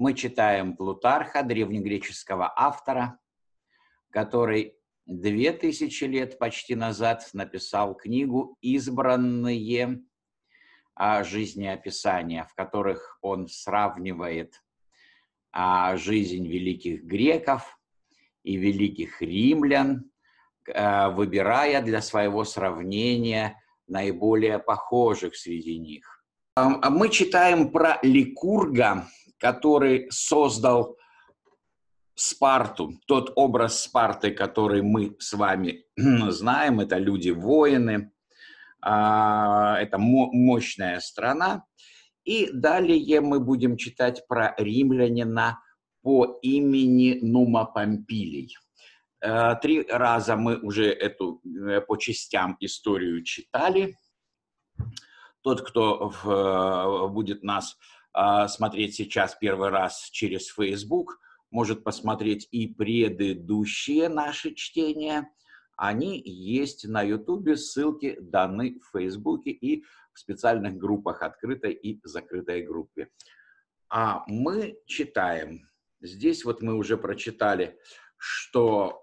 Мы читаем Плутарха, древнегреческого автора, который 2000 лет почти назад написал книгу «Избранные жизнеописания», в которых он сравнивает жизнь великих греков и великих римлян, выбирая для своего сравнения наиболее похожих среди них. Мы читаем про Ликурга, который создал Спарту, тот образ Спарты, который мы с вами знаем, это люди-воины, это мощная страна. И далее мы будем читать про римлянина по имени Нума Помпилий. 3 раза мы уже эту по частям историю читали. Тот, кто будет нас смотреть сейчас первый раз через Facebook, может посмотреть и предыдущие наши чтения. Они есть на YouTube, ссылки даны в Facebook и в специальных группах, открытой и закрытой группе. А мы читаем. Здесь вот мы уже прочитали, что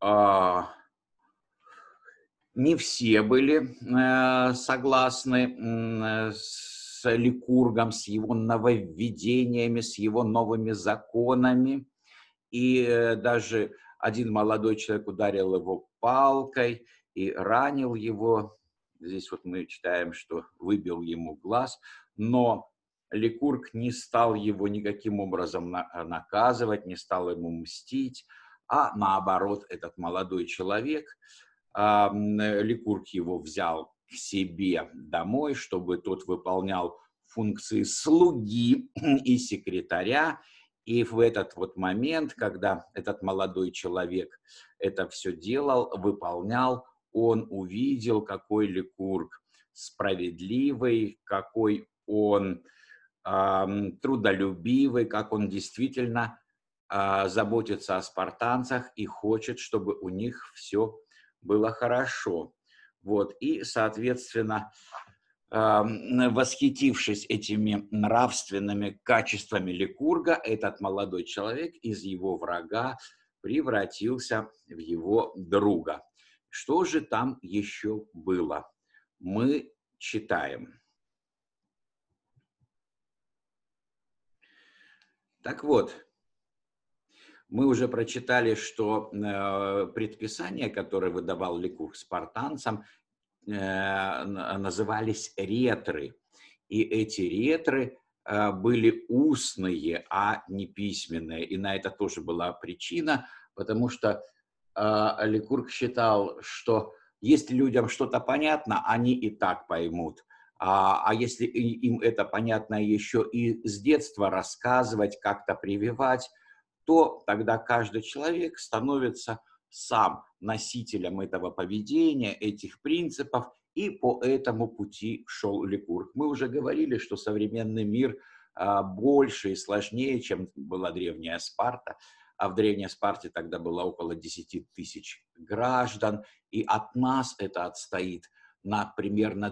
не все были согласны с Ликургом, с его нововведениями, с его новыми законами. И даже один молодой человек ударил его палкой и ранил его. Здесь вот мы читаем, что выбил ему глаз. Но Ликург не стал его никаким образом наказывать, не стал ему мстить, а наоборот, этот молодой человек, Ликург его взял к себе домой, чтобы тот выполнял функции слуги и секретаря. И в этот вот момент, когда этот молодой человек это все делал, выполнял, он увидел, какой Ликург справедливый, какой он трудолюбивый, как он действительно заботится о спартанцах и хочет, чтобы у них все было хорошо. Вот. И, соответственно, восхитившись этими нравственными качествами Ликурга, этот молодой человек из его врага превратился в его друга. Что же там еще было? Мы читаем. Так вот, мы уже прочитали, что предписания, которые выдавал Ликург спартанцам, назывались ретры. И эти ретры были устные, а не письменные. И на это тоже была причина, потому что Ликург считал, что если людям что-то понятно, они и так поймут. А если им это понятно еще и с детства рассказывать, как-то прививать, то тогда каждый человек становится сам носителем этого поведения, этих принципов, и по этому пути шел Ликург. Мы уже говорили, что современный мир больше и сложнее, чем была древняя Спарта. А в древней Спарте тогда было около 10 тысяч граждан, и от нас это отстоит на примерно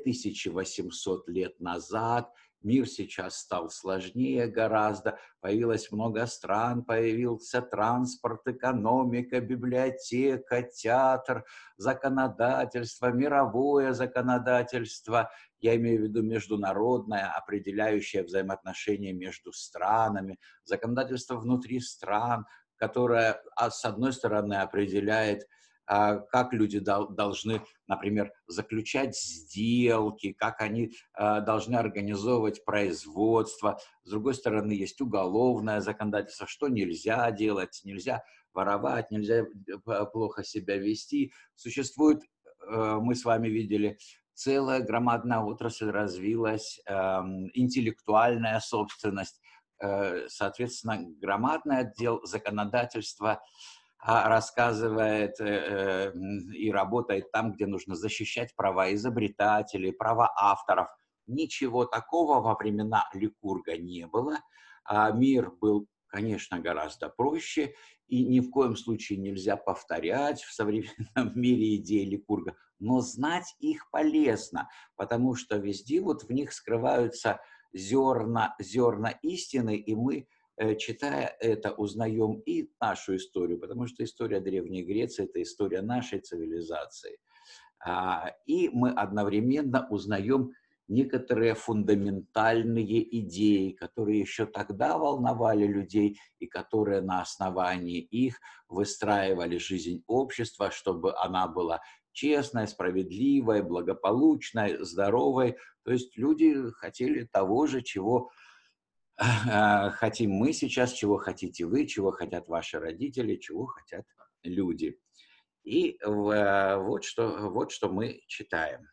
2800 лет назад. Мир сейчас стал сложнее гораздо, появилось много стран, появился транспорт, экономика, библиотека, театр, законодательство, мировое законодательство, я имею в виду международное, определяющее взаимоотношения между странами, законодательство внутри стран, которое, с одной стороны, определяет, как люди должны, например, заключать сделки, как они должны организовывать производство. С другой стороны, есть уголовное законодательство, что нельзя делать, нельзя воровать, нельзя плохо себя вести. Существует, мы с вами видели, целая громадная отрасль развилась, интеллектуальная собственность, соответственно, громадный отдел законодательства рассказывает и работает там, где нужно защищать права изобретателей, права авторов. Ничего такого во времена Ликурга не было. Мир был, конечно, гораздо проще, и ни в коем случае нельзя повторять в современном мире идеи Ликурга, но знать их полезно, потому что везде вот в них скрываются зерна истины, и мы читая это, узнаем и нашу историю, потому что история Древней Греции – это история нашей цивилизации. И мы одновременно узнаем некоторые фундаментальные идеи, которые еще тогда волновали людей и которые на основании их выстраивали жизнь общества, чтобы она была честной, справедливой, благополучной, здоровой. То есть люди хотели того же, чего хотим мы сейчас, чего хотите вы, чего хотят ваши родители, чего хотят люди. И вот что мы читаем.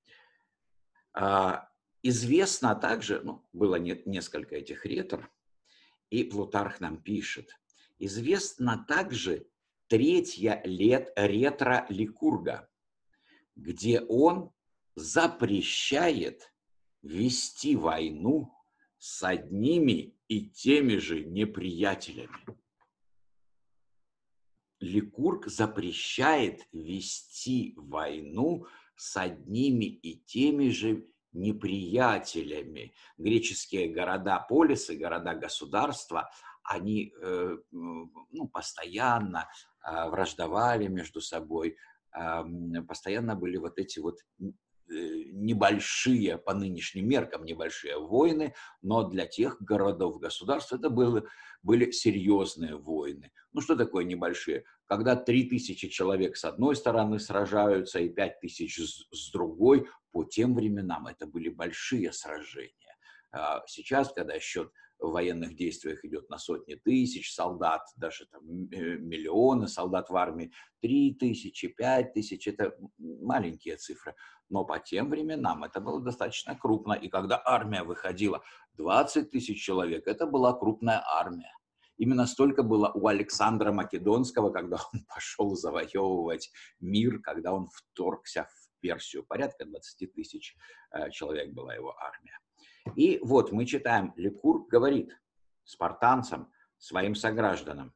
Известно также, ну, было несколько этих ретор, и Плутарх нам пишет, известна также третья ретро Ликурга, где он запрещает вести войну с одними и теми же неприятелями. Ликург запрещает вести войну с одними и теми же неприятелями. Греческие города-полисы, города-государства, они постоянно враждовали между собой, постоянно были вот эти вот небольшие, по нынешним меркам, небольшие войны, но для тех городов-государств это были серьезные войны. Ну, что такое небольшие? Когда 3000 человек с одной стороны сражаются и 5000 с другой, по тем временам это были большие сражения. Сейчас, когда счет в военных действиях идет на сотни тысяч солдат, даже там миллионы солдат в армии, 3000, 5000 – это маленькие цифры. Но по тем временам это было достаточно крупно. И когда армия выходила 20 тысяч человек, это была крупная армия. Именно столько было у Александра Македонского, когда он пошел завоевывать мир, когда он вторгся в Персию. Порядка 20 тысяч человек была его армия. И вот мы читаем, Ликург говорит спартанцам, своим согражданам,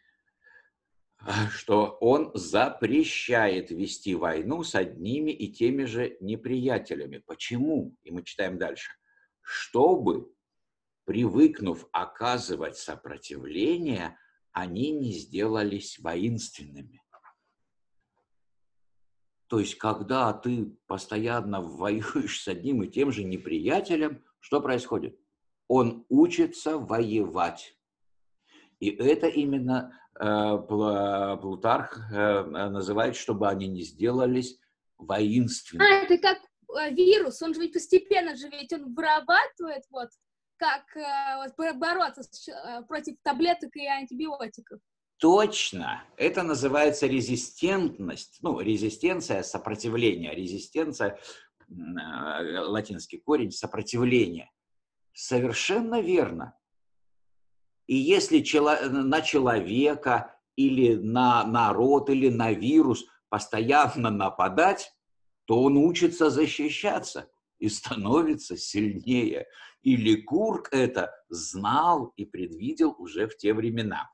что он запрещает вести войну с одними и теми же неприятелями. Почему? И мы читаем дальше. Чтобы, привыкнув оказывать сопротивление, они не сделались воинственными. То есть, когда ты постоянно воюешь с одним и тем же неприятелем, что происходит? Он учится воевать. И это именно Плутарх называет, чтобы они не сделались воинственными. Это как вирус, он же ведь постепенно же ведь он вырабатывает, вот, как бороться против таблеток и антибиотиков. Точно. Это называется резистентность. Ну, резистенция, сопротивление. Резистенция, латинский корень, сопротивление. Совершенно верно. И если на человека или на народ или на вирус постоянно нападать, то он учится защищаться и становится сильнее. И Ликург это знал и предвидел уже в те времена.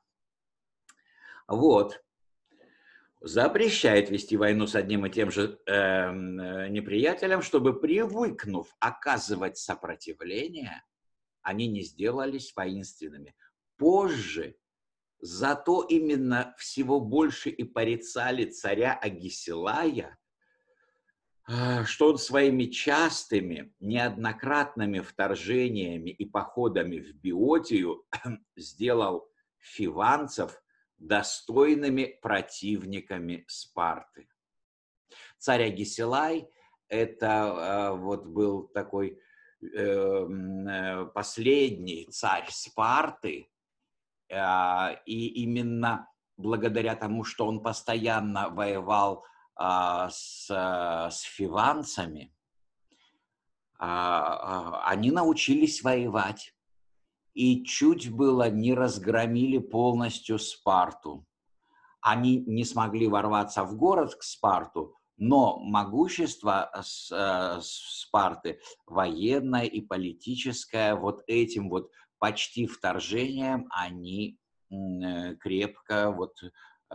Вот. Запрещает вести войну с одним и тем же неприятелем, чтобы, привыкнув оказывать сопротивление, они не сделались воинственными. Позже зато именно всего больше и порицали царя Агисилая, что он своими частыми, неоднократными вторжениями и походами в Биотию сделал фиванцев достойными противниками Спарты. Царь Агисилай – это вот был такой последний царь Спарты, и именно благодаря тому, что он постоянно воевал с фиванцами, они научились воевать и чуть было не разгромили полностью Спарту. Они не смогли ворваться в город к Спарту, но могущество Спарты, военное и политическое, вот этим вот почти вторжением они крепко вот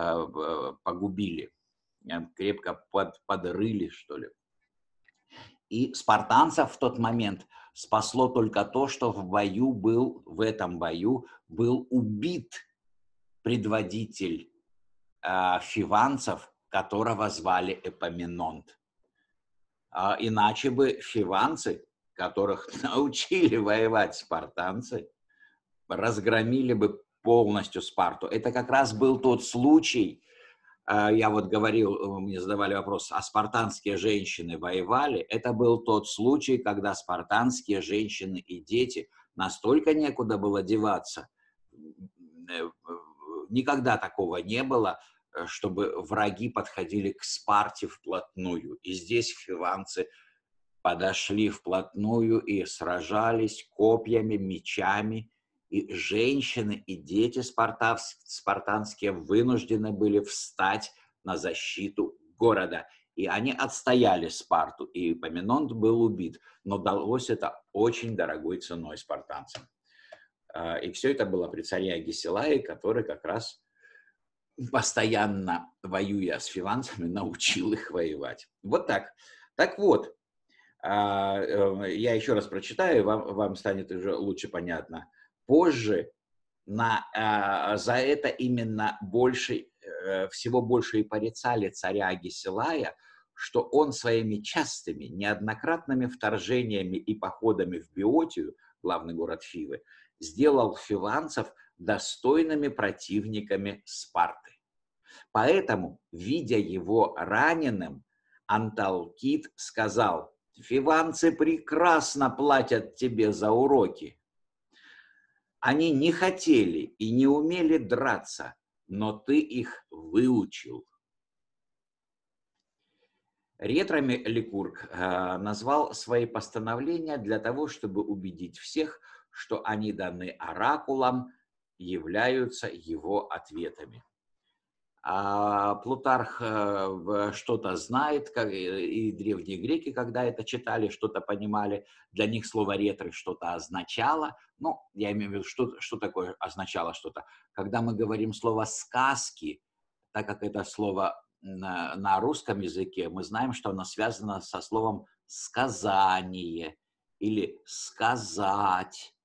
погубили, крепко подрыли, что ли. И спартанцев в тот момент спасло только то, что в этом бою был убит предводитель фиванцев, которого звали Эпоминонт. Иначе бы фиванцы, которых научили воевать спартанцы, разгромили бы полностью Спарту. Это как раз был тот случай, я вот говорил, мне задавали вопрос, а спартанские женщины воевали? Это был тот случай, когда спартанские женщины и дети, настолько некуда было деваться, никогда такого не было, чтобы враги подходили к Спарте вплотную. И здесь фиванцы подошли вплотную и сражались копьями, мечами. И женщины, и дети спартанские вынуждены были встать на защиту города. И они отстояли Спарту, и Эпоминонт был убит. Но далось это очень дорогой ценой спартанцам. И все это было при царе Агисилае, который как раз постоянно, воюя с фиванцами, научил их воевать. Вот так. Так вот, я еще раз прочитаю, вам станет уже лучше понятно. Позже за это именно всего больше и порицали царя Агисилая, что он своими частыми, неоднократными вторжениями и походами в Беотию, главный город Фивы, сделал фиванцев достойными противниками Спарты. Поэтому, видя его раненым, Анталкит сказал: «Фиванцы прекрасно платят тебе за уроки. Они не хотели и не умели драться, но ты их выучил». Ретрами Ликург назвал свои постановления для того, чтобы убедить всех, что они даны оракулам, являются его ответами. Плутарх что-то знает, и древние греки, когда это читали, что-то понимали. Для них слово «ретры» что-то означало. Ну, я имею в виду, что такое означало что-то. Когда мы говорим слово «сказки», так как это слово на русском языке, мы знаем, что оно связано со словом «сказание» или «сказать»,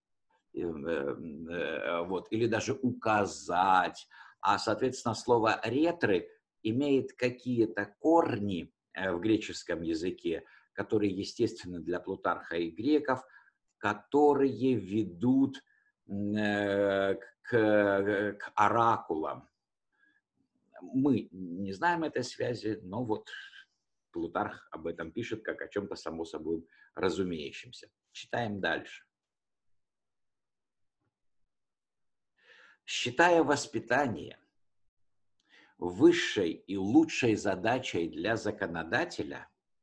вот, или даже «указать». А, соответственно, слово «ретры» имеет какие-то корни в греческом языке, которые естественны для Плутарха и греков, которые ведут к оракулам. Мы не знаем этой связи, но вот Плутарх об этом пишет как о чем-то само собой разумеющемся. Читаем дальше. Считая воспитание высшей и лучшей задачей для законодателя,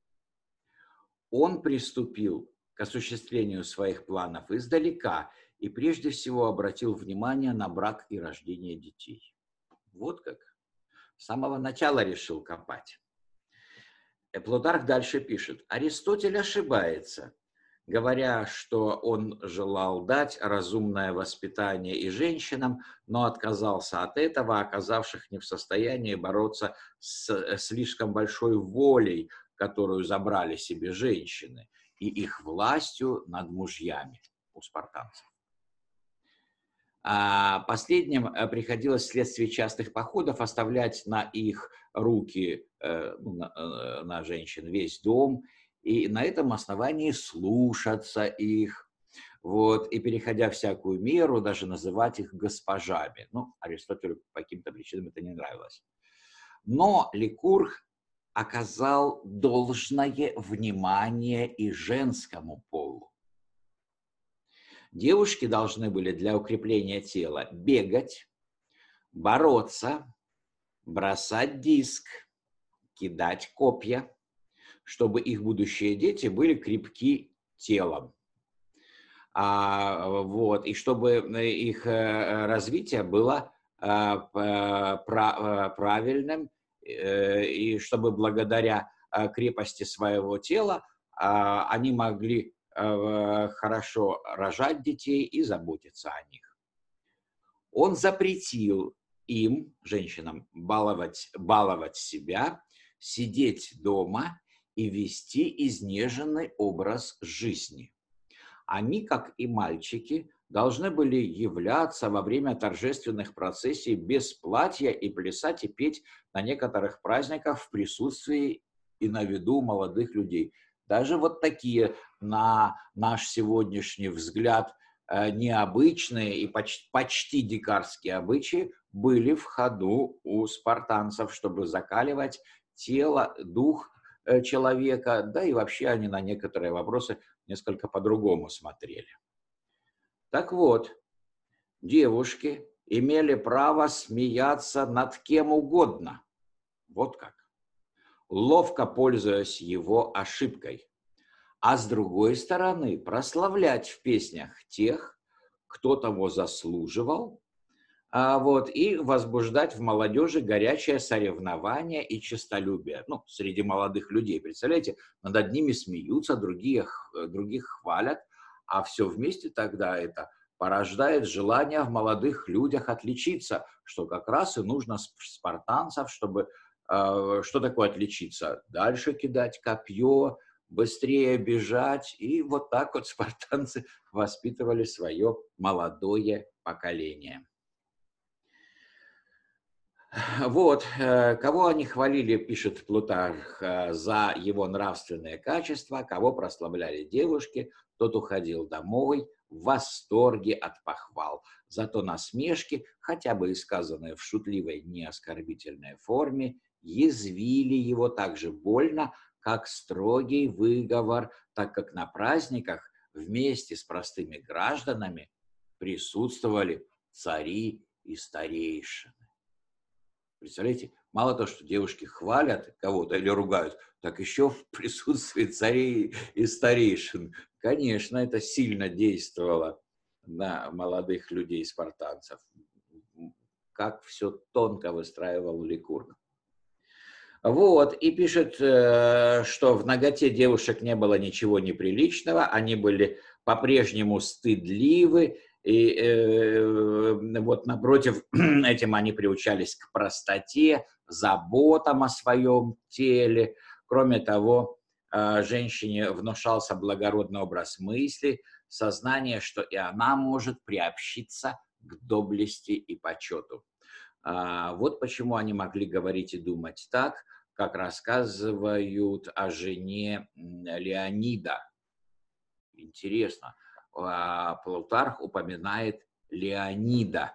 он приступил к осуществлению своих планов издалека и прежде всего обратил внимание на брак и рождение детей. Вот как. С самого начала решил копать. Плутарх дальше пишет: Аристотель ошибается, говоря, что он желал дать разумное воспитание и женщинам, но отказался от этого, оказавших не в состоянии бороться с слишком большой волей, которую забрали себе женщины, и их властью над мужьями у спартанцев. Последним приходилось вследствие частых походов оставлять на их руки, на женщин, весь дом, и на этом основании слушаться их, вот, и, переходя всякую меру, даже называть их госпожами. Ну, Аристотелю по каким-то причинам это не нравилось. Но Ликург оказал должное внимание и женскому полу. Девушки должны были для укрепления тела бегать, бороться, бросать диск, кидать копья, чтобы их будущие дети были крепки телом. Вот, и чтобы их развитие было правильным, и чтобы благодаря крепости своего тела они могли хорошо рожать детей и заботиться о них. Он запретил им, женщинам, баловать себя, сидеть дома и вести изнеженный образ жизни. Они, как и мальчики, должны были являться во время торжественных процессий без платья и плясать и петь на некоторых праздниках в присутствии и на виду молодых людей. Даже вот такие, на наш сегодняшний взгляд, необычные и почти дикарские обычаи были в ходу у спартанцев, чтобы закаливать тело, дух человека, да и вообще они на некоторые вопросы несколько по-другому смотрели. Так вот, девушки имели право смеяться над кем угодно. Вот как. Ловко пользуясь его ошибкой. А с другой стороны, прославлять в песнях тех, кто того заслуживал, и возбуждать в молодежи горячее соревнование и честолюбие. Ну, среди молодых людей, представляете, над одними смеются, других хвалят, а все вместе тогда это порождает желание в молодых людях отличиться, что как раз и нужно спартанцев, чтобы... Что такое отличиться? Дальше кидать копье, быстрее бежать. И вот так вот спартанцы воспитывали свое молодое поколение. Вот, кого они хвалили, пишет Плутарх, за его нравственные качества, кого прославляли девушки, тот уходил домой в восторге от похвал. Зато насмешки, хотя бы и сказанные в шутливой, неоскорбительной форме, язвили его так же больно, как строгий выговор, так как на праздниках вместе с простыми гражданами присутствовали цари и старейшины. Представляете, мало того, что девушки хвалят кого-то или ругают, так еще в присутствии царей и старейшин. Конечно, это сильно действовало на молодых людей спартанцев. Как все тонко выстраивал Ликург. Вот, и пишет, что в наготе девушек не было ничего неприличного, они были по-прежнему стыдливы, и вот напротив, этим они приучались к простоте, заботам о своем теле. Кроме того, женщине внушался благородный образ мысли, сознание, что и она может приобщиться к доблести и почету. Вот почему они могли говорить и думать так, как рассказывают о жене Леонида. Интересно, Плутарх упоминает Леонида,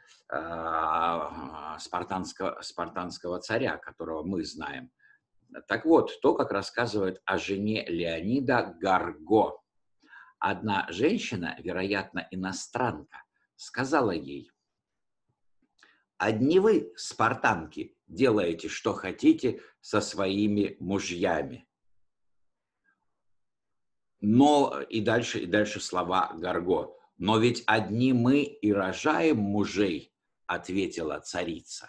спартанского царя, которого мы знаем. Так вот, то, как рассказывает о жене Леонида Гарго. Одна женщина, вероятно, иностранка, сказала ей: «Одни вы, спартанки, делаете, что хотите со своими мужьями». Но и дальше слова Гарго. «Но ведь одни мы и рожаем мужей», — ответила царица.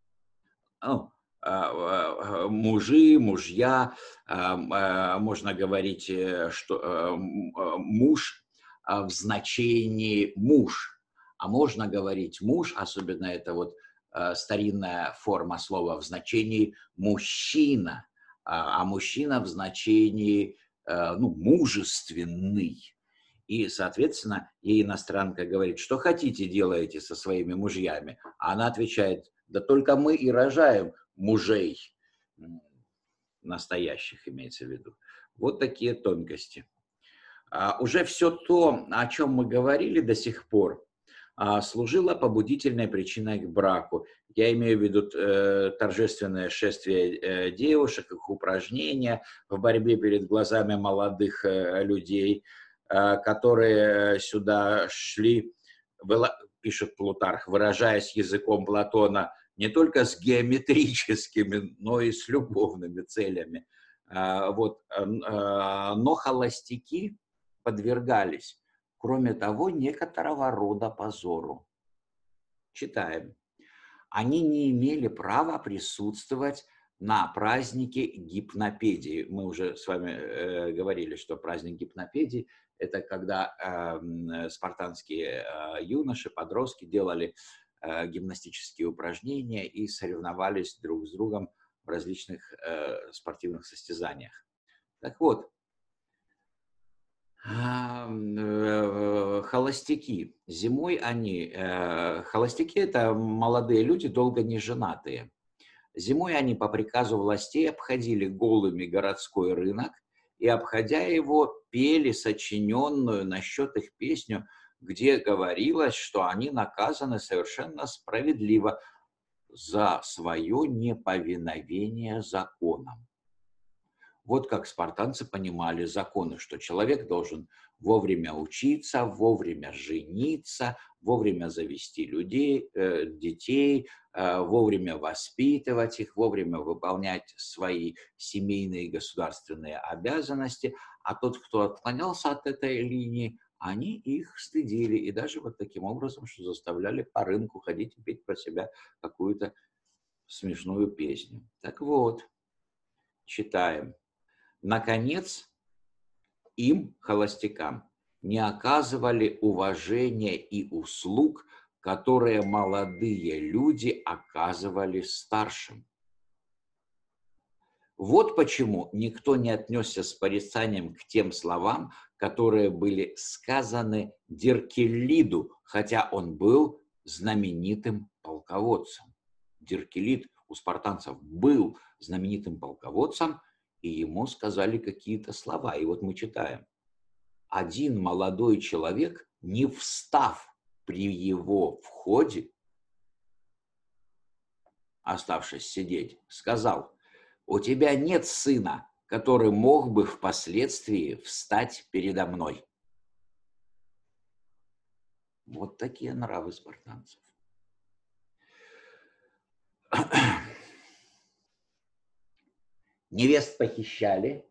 Мужи, мужья, можно говорить, что муж в значении муж, а можно говорить муж, особенно это вот старинная форма слова в значении мужчина, а мужчина в значении мужественный. И, соответственно, ей иностранка говорит: что хотите, делаете со своими мужьями. А она отвечает: да только мы и рожаем мужей, настоящих имеется в виду. Вот такие тонкости. Уже все то, о чем мы говорили до сих пор, служило побудительной причиной к браку. Я имею в виду торжественное шествие девушек, их упражнения в борьбе перед глазами молодых людей, которые сюда шли, пишет Плутарх, выражаясь языком Платона, не только с геометрическими, но и с любовными целями. Но холостяки подвергались, кроме того, некоторого рода позору. Читаем. Они не имели права присутствовать на празднике гипнопедии. Мы уже с вами говорили, что праздник гипнопедии – это когда спартанские юноши, подростки делали гимнастические упражнения и соревновались друг с другом в различных спортивных состязаниях. Так вот, холостяки. Зимой холостяки — это молодые люди, долго не женатые. Зимой они по приказу властей обходили голыми городской рынок и, обходя его, пели сочиненную насчет их песню, где говорилось, что они наказаны совершенно справедливо за свое неповиновение законам. Вот как спартанцы понимали законы, что человек должен вовремя учиться, вовремя жениться, вовремя завести детей, вовремя воспитывать их, вовремя выполнять свои семейные и государственные обязанности. А тот, кто отклонялся от этой линии, они их стыдили. И даже вот таким образом, что заставляли по рынку ходить и петь про себя какую-то смешную песню. Так вот, читаем. Наконец, им, холостякам, не оказывали уважения и услуг, которые молодые люди оказывали старшим. Вот почему никто не отнесся с порицанием к тем словам, которые были сказаны Диркелиду, хотя он был знаменитым полководцем. Диркелид у спартанцев был знаменитым полководцем, и ему сказали какие-то слова. И вот мы читаем. Один молодой человек, не встав при его входе, оставшись сидеть, сказал: «У тебя нет сына, который мог бы впоследствии встать передо мной». Вот такие нравы спартанцев. Невест похищали,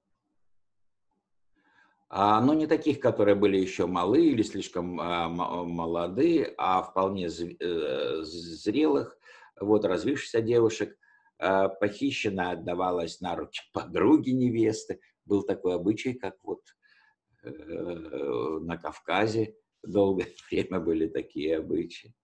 но не таких, которые были еще малы или слишком молоды, а вполне зрелых, вот, развившихся девушек. Похищенная отдавалась на руки подруги невесты. Был такой обычай, как вот на Кавказе долгое время были такие обычаи.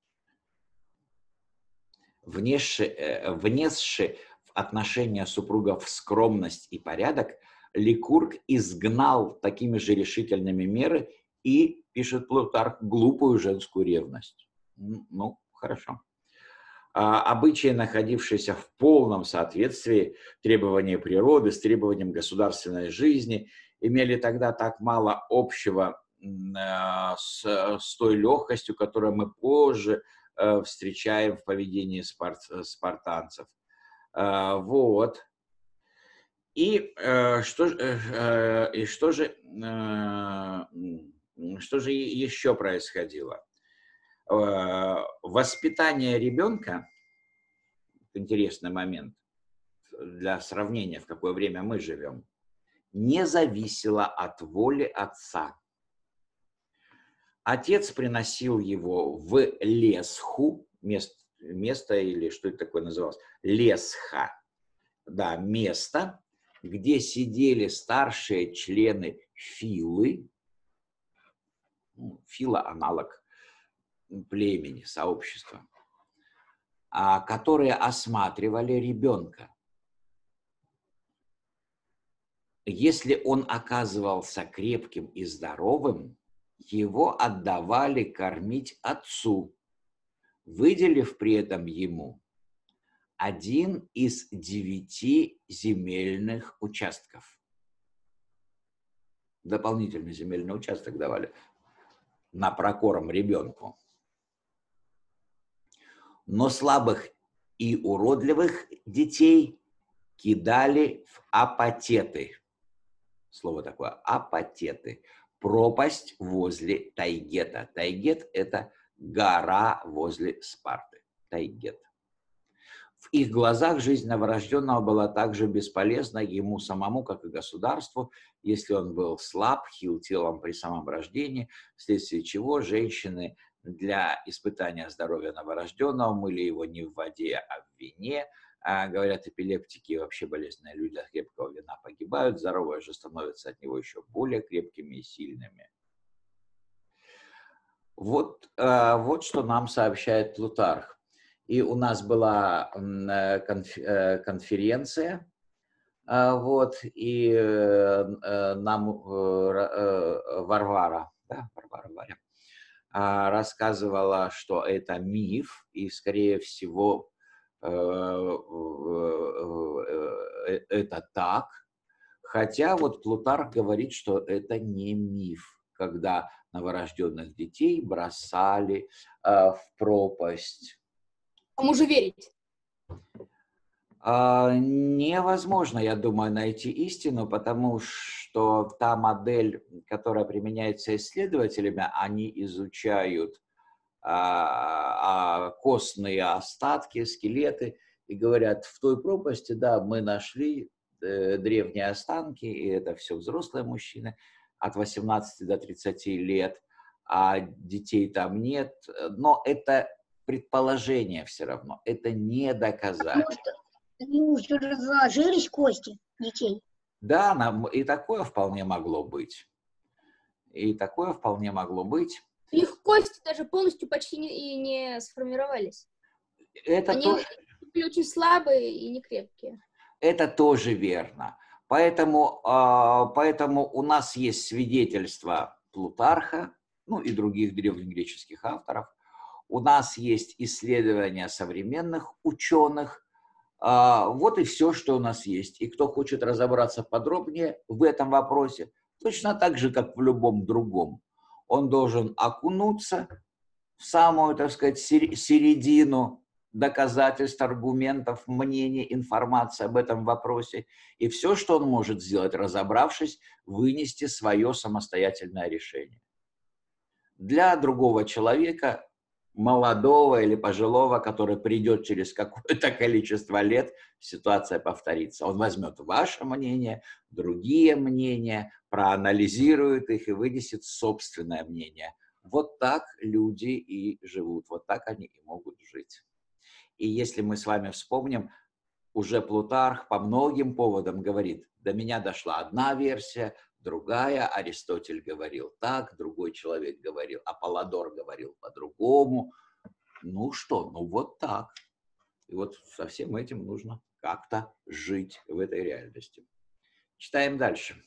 Внесши в отношения супругов скромность и порядок, Ликург изгнал такими же решительными мерами и, пишет Плутарх, глупую женскую ревность. Ну, хорошо. Обычаи, находившиеся в полном соответствии требований природы с требованием государственной жизни, имели тогда так мало общего с той легкостью, которую мы позже встречаем в поведении спартанцев. Вот. И что же еще происходило? Воспитание ребенка, интересный момент для сравнения, в какое время мы живем, не зависело от воли отца. Отец приносил его в лесху, место или что это такое называлось? Лесха. Да, место, где сидели старшие члены филы. Фила – аналог племени, сообщества, которые осматривали ребенка. Если он оказывался крепким и здоровым, его отдавали кормить отцу, выделив при этом ему 1 из 9 земельных участков. Дополнительный земельный участок давали на прокорм ребенку. Но слабых и уродливых детей кидали в апатеты. Слово такое – апатеты. Пропасть возле Тайгета. Тайгет – это гора возле Спарты. Тайгет. В их глазах жизнь новорожденного была так же бесполезна ему самому, как и государству, если он был слаб, хил телом при самом рождении, вследствие чего женщины для испытания здоровья новорожденного мыли его не в воде, а в вине. Говорят, эпилептики и вообще болезненные люди от крепкого вина погибают, здоровые же становятся от него еще более крепкими и сильными. Вот что нам сообщает Плутарх. И у нас была конференция Вот, и нам Варвара, да, Варвара Варя, рассказывала, что это миф, и, скорее всего, это так. Хотя вот Плутарх говорит, что это не миф, когда новорожденных детей бросали в пропасть. Кому же верить? Невозможно, я думаю, найти истину, потому что та модель, которая применяется исследователями, они изучают костные остатки, скелеты, и говорят, в той пропасти, да, мы нашли древние останки, и это все взрослые мужчины от 18 до 30 лет, а детей там нет. Но это предположение все равно, это не доказать. Потому что они уже разложились кости детей. Да, и такое вполне могло быть. И такое вполне могло быть. Их кости даже полностью почти не сформировались. Это Они тоже... были очень слабые и не крепкие. Это тоже верно. Поэтому у нас есть свидетельства Плутарха, ну и других древнегреческих авторов. У нас есть исследования современных ученых. Вот и все, что у нас есть. И кто хочет разобраться подробнее в этом вопросе, точно так же, как в любом другом, он должен окунуться в самую, так сказать, середину доказательств, аргументов, мнений, информации об этом вопросе. И все, что он может сделать, разобравшись, вынести свое самостоятельное решение. Для другого человека, молодого или пожилого, который придет через какое-то количество лет, ситуация повторится. Он возьмет ваше мнение, другие мнения, проанализирует их и вынесет собственное мнение. Вот так люди и живут, вот так они и могут жить. И если мы с вами вспомним, уже Плутарх по многим поводам говорит, до меня дошла одна версия, другая, Аристотель говорил так, другой человек говорил, Аполлодор говорил по-другому. Ну что, ну вот так. И вот со всем этим нужно как-то жить в этой реальности. Читаем дальше.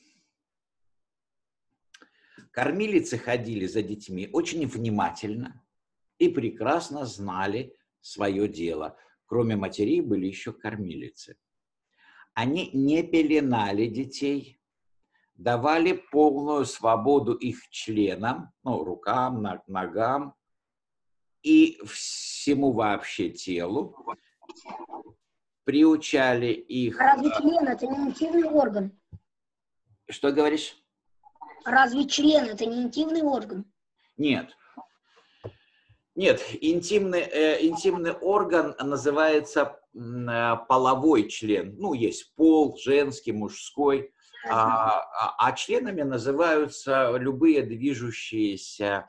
Кормилицы ходили за детьми очень внимательно и прекрасно знали свое дело. Кроме матерей были еще кормилицы. Они не пеленали детей, давали полную свободу их членам, ну, рукам, ногам и всему вообще телу, приучали их... Разве член это не интимный орган? Что говоришь? Разве член это не интимный орган? Нет. Нет, интимный орган называется половой член. Ну, есть пол, женский, мужской. А членами называются любые движущиеся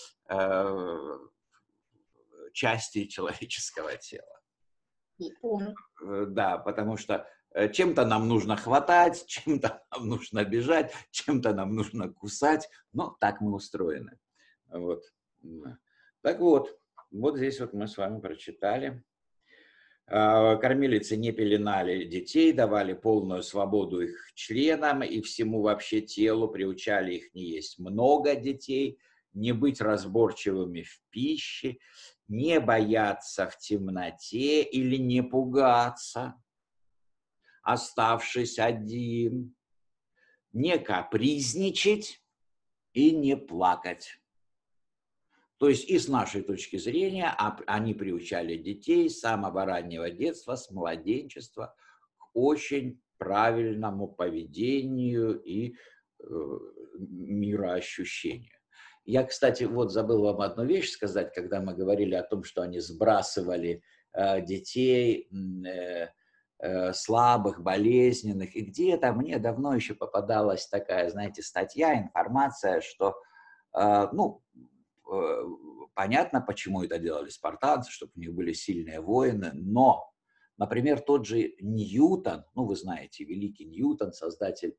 части человеческого тела. Да, потому что чем-то нам нужно хватать, чем-то нам нужно бежать, чем-то нам нужно кусать. Но так мы устроены. Вот. Так вот, вот здесь вот мы с вами прочитали. Кормилицы не пеленали детей, давали полную свободу их членам и всему вообще телу, приучали их не есть много детей, не быть разборчивыми в пище, не бояться в темноте или не пугаться, оставшись один, не капризничать и не плакать. То есть и с нашей точки зрения они приучали детей с самого раннего детства, с младенчества к очень правильному поведению и мироощущению. Я, кстати, вот забыл вам одну вещь сказать, когда мы говорили о том, что они сбрасывали детей слабых, болезненных. И где-то мне давно еще попадалась такая, знаете, статья, информация, что, понятно, почему это делали спартанцы, чтобы у них были сильные воины, но, например, тот же Ньютон, ну, вы знаете, великий Ньютон, создатель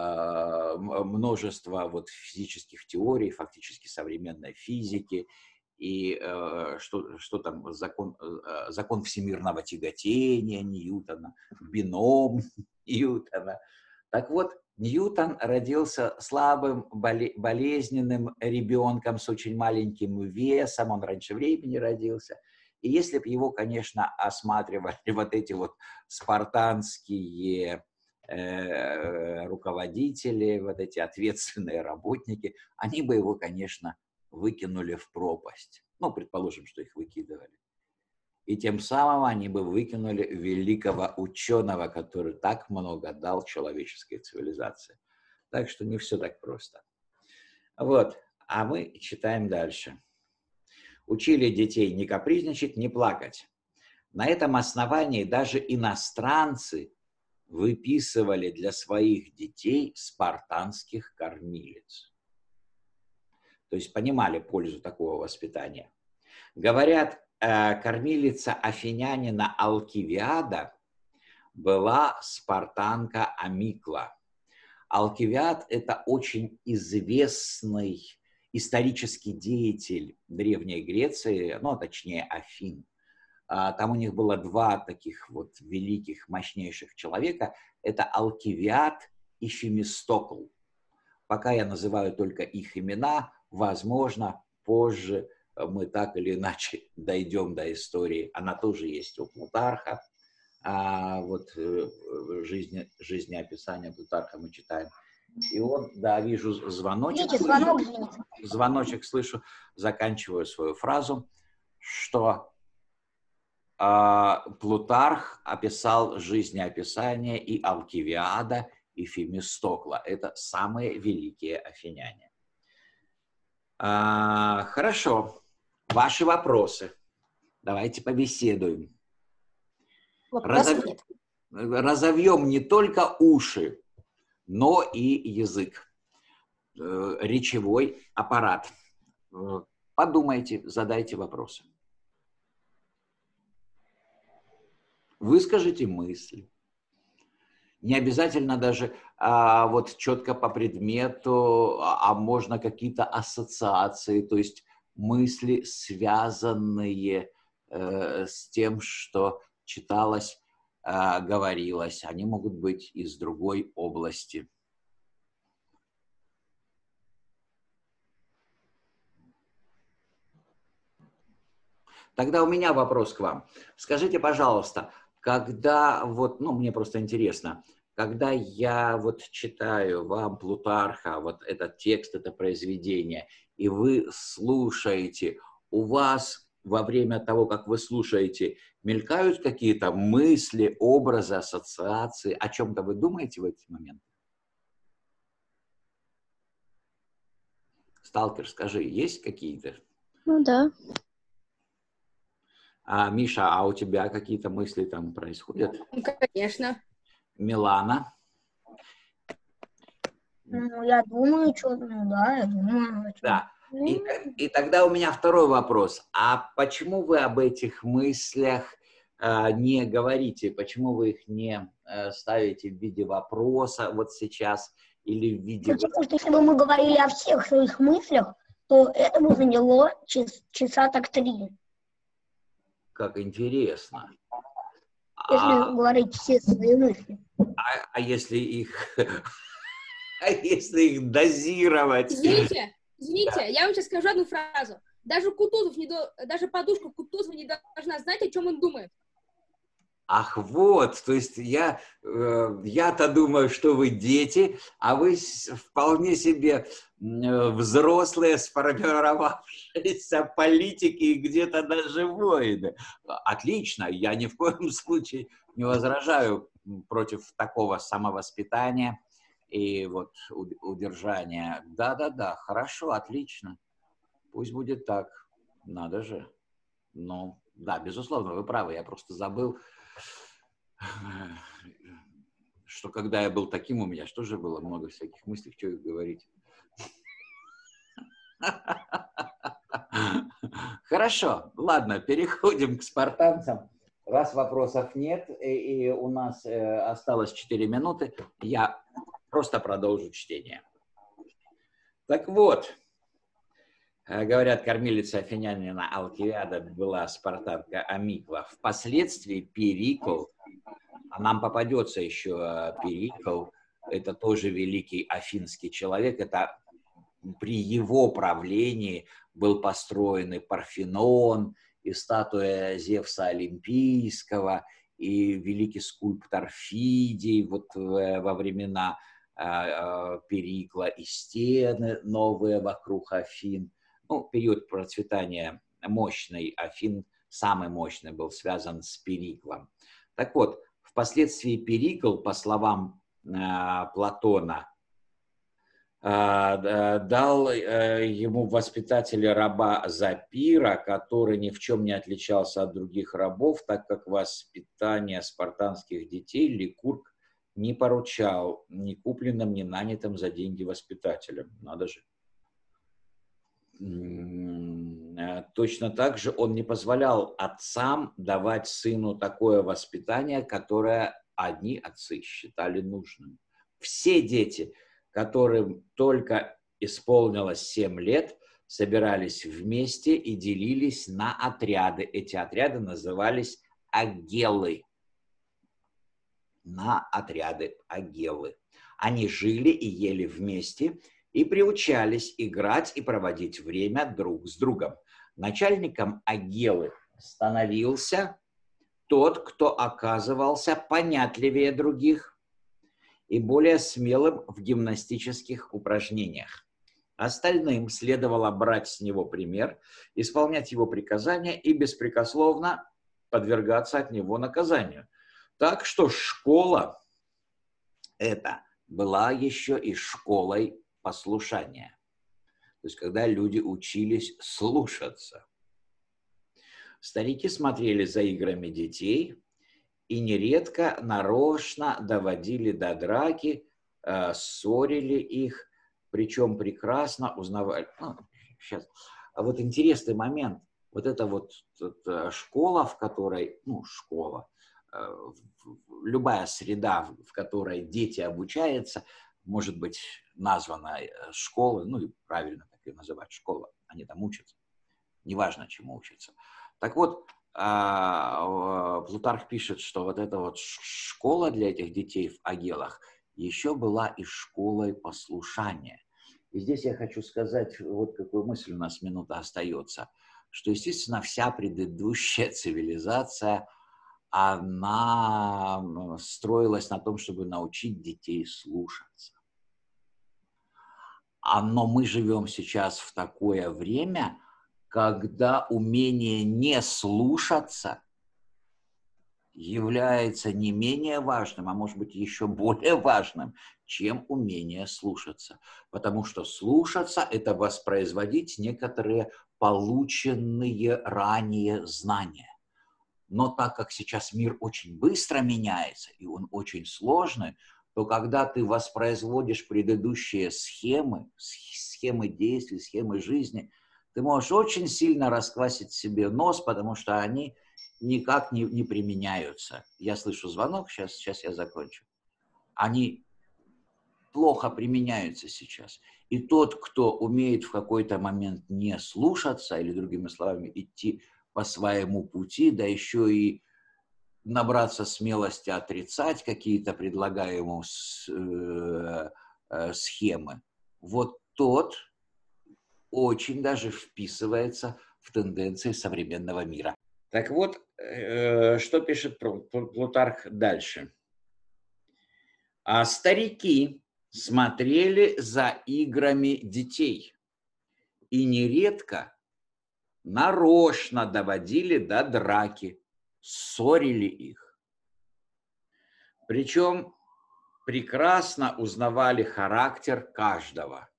множества вот физических теорий, фактически современной физики, и что там, закон всемирного тяготения Ньютона, бином Ньютона. Так вот, Ньютон родился слабым, болезненным ребенком с очень маленьким весом, он раньше времени родился. И если бы его, конечно, осматривали вот эти вот спартанские руководители, вот эти ответственные работники, они бы его, конечно, выкинули в пропасть. Ну, предположим, что их выкидывали. И тем самым они бы выкинули великого ученого, который так много дал человеческой цивилизации. Так что не все так просто. Вот, а мы читаем дальше. Учили детей не капризничать, не плакать. На этом основании даже иностранцы выписывали для своих детей спартанских кормилиц. То есть понимали пользу такого воспитания. Говорят, кормилица афинянина Алкивиада была спартанка Амикла. Алкивиад – это очень известный исторический деятель Древней Греции, ну, точнее, Афин. Там у них было два таких вот великих, мощнейших человека. Это Алкивиад и Фемистокл. Пока я называю только их имена, возможно, позже мы так или иначе дойдем до истории. Она тоже есть у Плутарха. Вот жизнеописание Плутарха мы читаем. И он, да, вижу звоночек. Звоночек слышу, заканчиваю свою фразу, что Плутарх описал жизнеописание и Алкивиада, и Фемистокла. Это самые великие афиняне. Хорошо. Ваши вопросы. Давайте побеседуем. Разовьем не только уши, но и язык, речевой аппарат. Подумайте, задайте вопросы. Выскажите мысли. Не обязательно даже вот четко по предмету, а можно какие-то ассоциации, то есть мысли, связанные с тем, что читалось, говорилось. Они могут быть из другой области. Тогда у меня вопрос к вам. Скажите, пожалуйста, когда вот, ну, мне просто интересно, когда я вот читаю вам Плутарха, вот этот текст, это произведение, и вы слушаете, у вас во время того, как вы слушаете, мелькают какие-то мысли, образы, ассоциации, о чем-то вы думаете в эти моменты? Сталкер, скажи, есть какие-то? Ну да. Миша, а у тебя какие-то мысли там происходят? Конечно. Милана? Ну, я думаю, что, ну да, я думаю. Да. И тогда у меня второй вопрос. А почему вы об этих мыслях не говорите? Почему вы их не ставите в виде вопроса вот сейчас или в виде... Потому что если бы мы говорили о всех своих мыслях, то это бы заняло часа так 3. Как интересно. Если говорить все свои мысли. А если их... А если их дозировать? Извините, Да. я вам сейчас скажу одну фразу. Даже даже подушка Кутузова не должна знать, о чем он думает. Ах, вот, то есть я-то думаю, что вы дети, а вы вполне себе взрослые, сформировавшиеся политики и где-то даже воины. Отлично, я ни в коем случае не возражаю против такого самовоспитания и вот удержания. Да-да-да, хорошо, отлично. Пусть будет так. Надо же. Ну, да, безусловно, вы правы, я просто забыл, что когда я был таким, у меня что же было много всяких мыслей, что их говорить. Хорошо, ладно, переходим к спартанцам. Раз вопросов нет, и у нас осталось 4 минуты, я просто продолжу чтение. Так вот, Говорят, кормилица афинянина Алкивиада была спартанка Амикла. Впоследствии Перикл, а нам попадется еще Перикл, это тоже великий афинский человек, это при его правлении был построен и Парфенон, и статуя Зевса Олимпийского, и великий скульптор Фидий вот во времена Перикла, и стены новые вокруг Афин. Ну, период процветания мощной Афин, самый мощный, был связан с Периклом. Так вот, впоследствии Перикл, по словам Платона, дал ему воспитателя раба Запира, который ни в чем не отличался от других рабов, так как воспитание спартанских детей Ликург не поручал ни купленным, ни нанятым за деньги воспитателям. Надо же. Точно так же он не позволял отцам давать сыну такое воспитание, которое одни отцы считали нужным. Все дети, которым только исполнилось 7 лет, собирались вместе и делились на отряды. Эти отряды назывались агелы. На отряды агелы. Они жили и ели вместе и приучались играть и проводить время друг с другом. Начальником агелы становился тот, кто оказывался понятливее других и более смелым в гимнастических упражнениях. Остальным следовало брать с него пример, исполнять его приказания и беспрекословно подвергаться от него наказанию. Так что школа эта была еще и школой послушания. То есть когда люди учились слушаться. Старики смотрели за играми детей и нередко нарочно доводили до драки, ссорили их, причем прекрасно узнавали. Сейчас. А вот интересный момент. Вот эта вот школа, в которой, школа, любая среда, в которой дети обучаются, может быть названа школой, и правильно так ее называть, школа, они там учатся, неважно, чему учатся. Так вот, Плутарх пишет, что вот эта вот школа для этих детей в агелах еще была и школой послушания. И здесь я хочу сказать, вот какую мысль, у нас минута остается, что, естественно, вся предыдущая цивилизация, она строилась на том, чтобы научить детей слушаться. Но мы живем сейчас в такое время, когда умение не слушаться является не менее важным, а может быть еще более важным, чем умение слушаться. Потому что слушаться – это воспроизводить некоторые полученные ранее знания. Но так как сейчас мир очень быстро меняется, и он очень сложный, то когда ты воспроизводишь предыдущие схемы действий, схемы жизни, ты можешь очень сильно расквасить себе нос, потому что они никак не применяются. Я слышу звонок, сейчас я закончу. Они плохо применяются сейчас. И тот, кто умеет в какой-то момент не слушаться, или, другими словами, идти по своему пути, да еще и набраться смелости отрицать какие-то предлагаемые схемы, вот тот очень даже вписывается в тенденции современного мира. Так вот, что пишет Плутарх дальше. А старики смотрели за играми детей и нередко нарочно доводили до драки, ссорили их. Причем прекрасно узнавали характер каждого.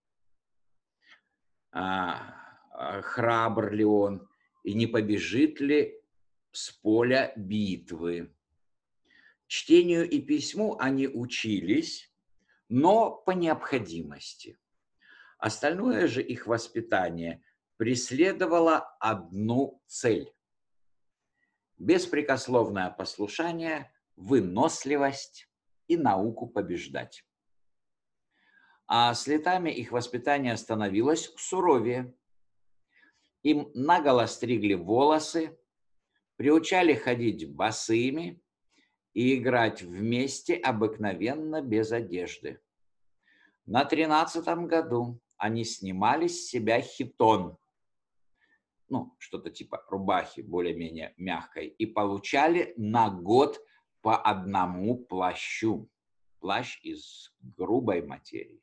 Храбр ли он и не побежит ли с поля битвы. Чтению и письму они учились, но по необходимости. Остальное же их воспитание преследовало одну цель – беспрекословное послушание, выносливость и науку побеждать. А с летами их воспитание становилось суровее. Им наголо стригли волосы, приучали ходить босыми и играть вместе обыкновенно без одежды. На 13-м году они снимали с себя хитон, ну, что-то типа рубахи, более-менее мягкой, и получали на год по одному плащу. Плащ из грубой материи.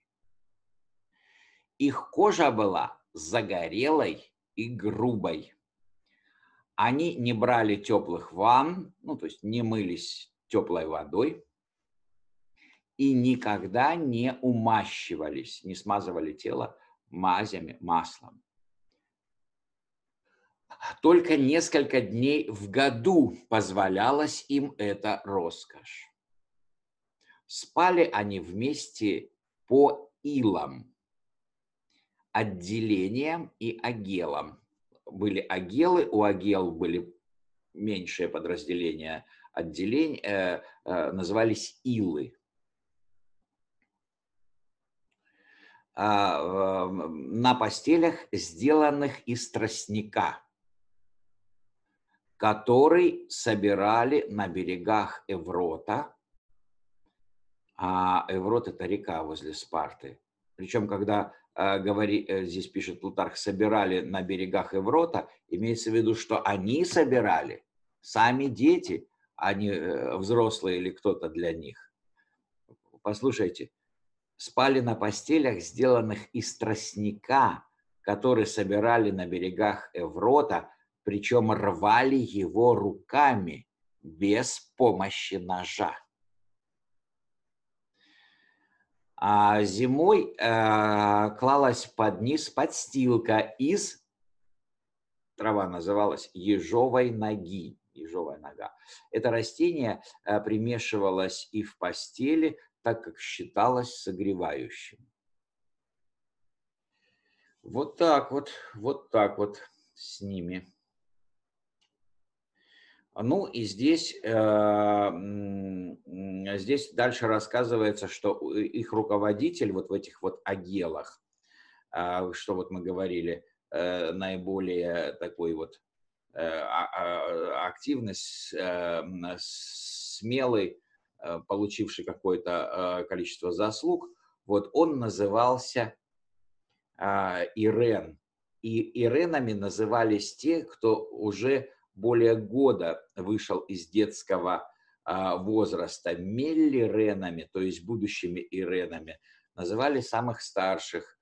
Их кожа была загорелой и грубой. Они не брали теплых ванн, ну, то есть не мылись теплой водой и никогда не умащивались, не смазывали тело мазями, маслом. Только несколько дней в году позволялась им эта роскошь. Спали они вместе по илам, отделениям и агелам. Были агелы, у агел были меньшие подразделения отделений, назывались илы. На постелях, сделанных из тростника, который собирали на берегах Еврота. А Еврот – это река возле Спарты. Причем, когда здесь пишет Плутарх, собирали на берегах Еврота, имеется в виду, что они собирали, сами дети, а не взрослые или кто-то для них. Послушайте, спали на постелях, сделанных из тростника, который собирали на берегах Еврота, причем рвали его руками без помощи ножа. А зимой клалась под низ подстилка из, трава называлась ежовой ноги, ежовая нога. Это растение примешивалось и в постели, так как считалось согревающим. Вот так вот с ними. Ну и здесь дальше рассказывается, что их руководитель вот в этих вот агелах, что вот мы говорили, наиболее такой вот активный, смелый, получивший какое-то количество заслуг, вот он назывался Ирен. И Иренами назывались те, кто уже более года вышел из детского возраста. Меллиренами, то есть будущими Иренами, называли самых старших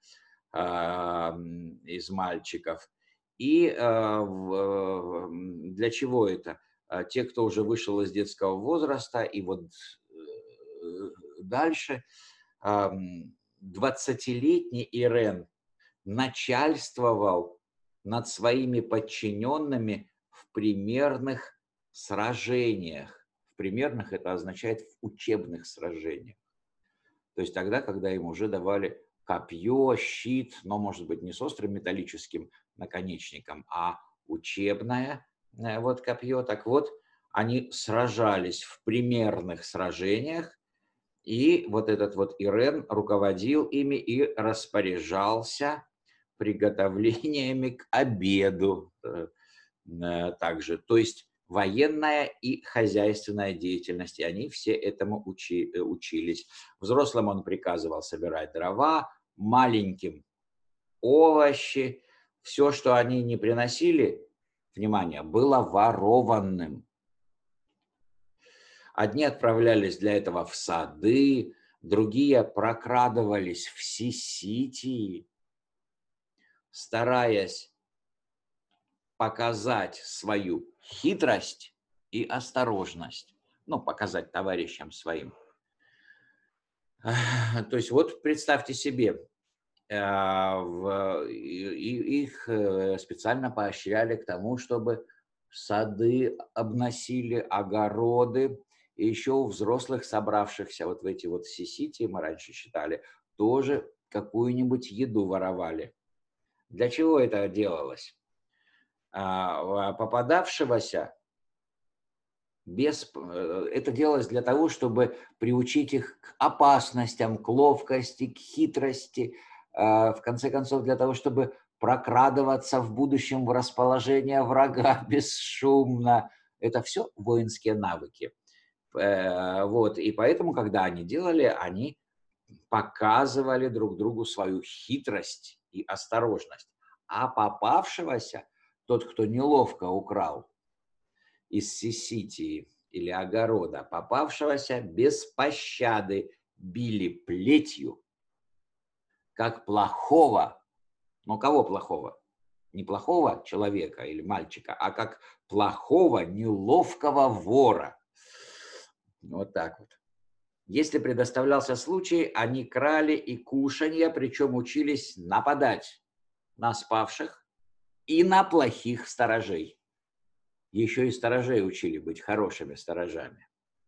из мальчиков. И для чего это? Те, кто уже вышел из детского возраста, и вот дальше 20-летний Ирен начальствовал над своими подчиненными в примерных сражениях. В примерных это означает в учебных сражениях. То есть тогда, когда им уже давали копье, щит, но, может быть, не с острым металлическим наконечником, а учебное вот копье. Так вот, они сражались в примерных сражениях, и вот этот вот Ирен руководил ими и распоряжался приготовлениями к обеду также. То есть военная и хозяйственная деятельность, и они все этому учились. Взрослым он приказывал собирать дрова, маленьким овощи. Все, что они не приносили, внимание, было ворованным. Одни отправлялись для этого в сады, другие прокрадывались в Сиситии, стараясь показать свою хитрость и осторожность, ну, показать товарищам своим. То есть вот представьте себе, их специально поощряли к тому, чтобы сады обносили, огороды, и еще у взрослых, собравшихся вот в эти вот Сисити, мы раньше считали, тоже какую-нибудь еду воровали. Для чего это делалось? Попадавшегося это делалось для того, чтобы приучить их к опасностям, к ловкости, к хитрости, в конце концов, для того, чтобы прокрадываться в будущем в расположение врага бесшумно. Это все воинские навыки. Вот. И поэтому, когда они делали, они показывали друг другу свою хитрость и осторожность. А попавшегося, тот, кто неловко украл из Сиситии или огорода, попавшегося без пощады били плетью, как плохого, но кого плохого? Не плохого человека или мальчика, а как плохого, неловкого вора. Вот так вот. Если предоставлялся случай, они крали и кушанья, причем учились нападать на спавших и на плохих сторожей. Еще и сторожей учили быть хорошими сторожами.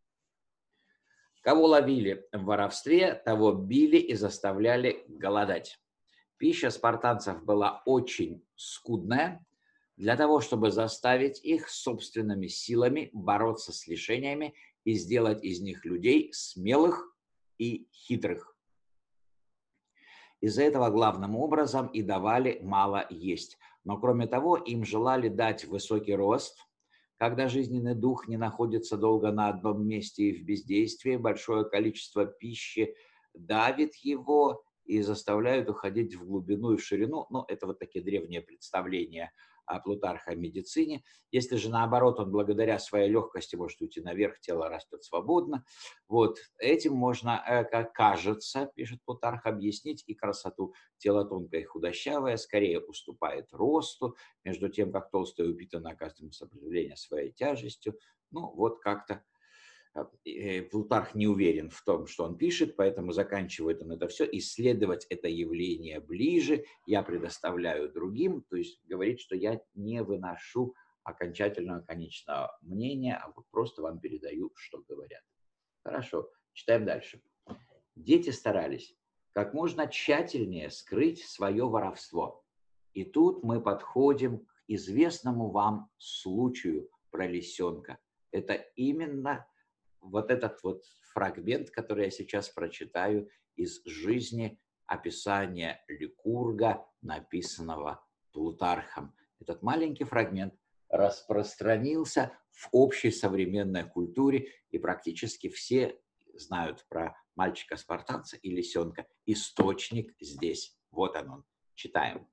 Кого ловили в воровстве, того били и заставляли голодать. Пища спартанцев была очень скудная. Для того, чтобы заставить их собственными силами бороться с лишениями и сделать из них людей смелых и хитрых. Из-за этого главным образом и давали мало есть. Но кроме того, им желали дать высокий рост. Когда жизненный дух не находится долго на одном месте и в бездействии, большое количество пищи давит его и заставляют уходить в глубину и в ширину. Но это вот такие древние представления о Плутарха о медицине. Если же наоборот он благодаря своей легкости может уйти наверх, тело растет свободно. Вот этим можно, как кажется, пишет Плутарх, объяснить и красоту. Тело тонкое и худощавое скорее уступает росту, между тем, как толстое и упитанное оказывает сопротивление своей тяжестью. Ну, вот как-то Плутарх не уверен в том, что он пишет, поэтому заканчивает он это все. Исследовать это явление ближе я предоставляю другим, то есть говорит, что я не выношу окончательного конечного мнения, а вот просто вам передаю, что говорят. Хорошо, читаем дальше. Дети старались как можно тщательнее скрыть свое воровство. И тут мы подходим к известному вам случаю про лисенка. Это именно вот этот вот фрагмент, который я сейчас прочитаю из жизни описания Ликурга, написанного Плутархом. Этот маленький фрагмент распространился в общей современной культуре, и практически все знают про мальчика-спартанца и лисенка. Источник здесь. Вот он. Читаем.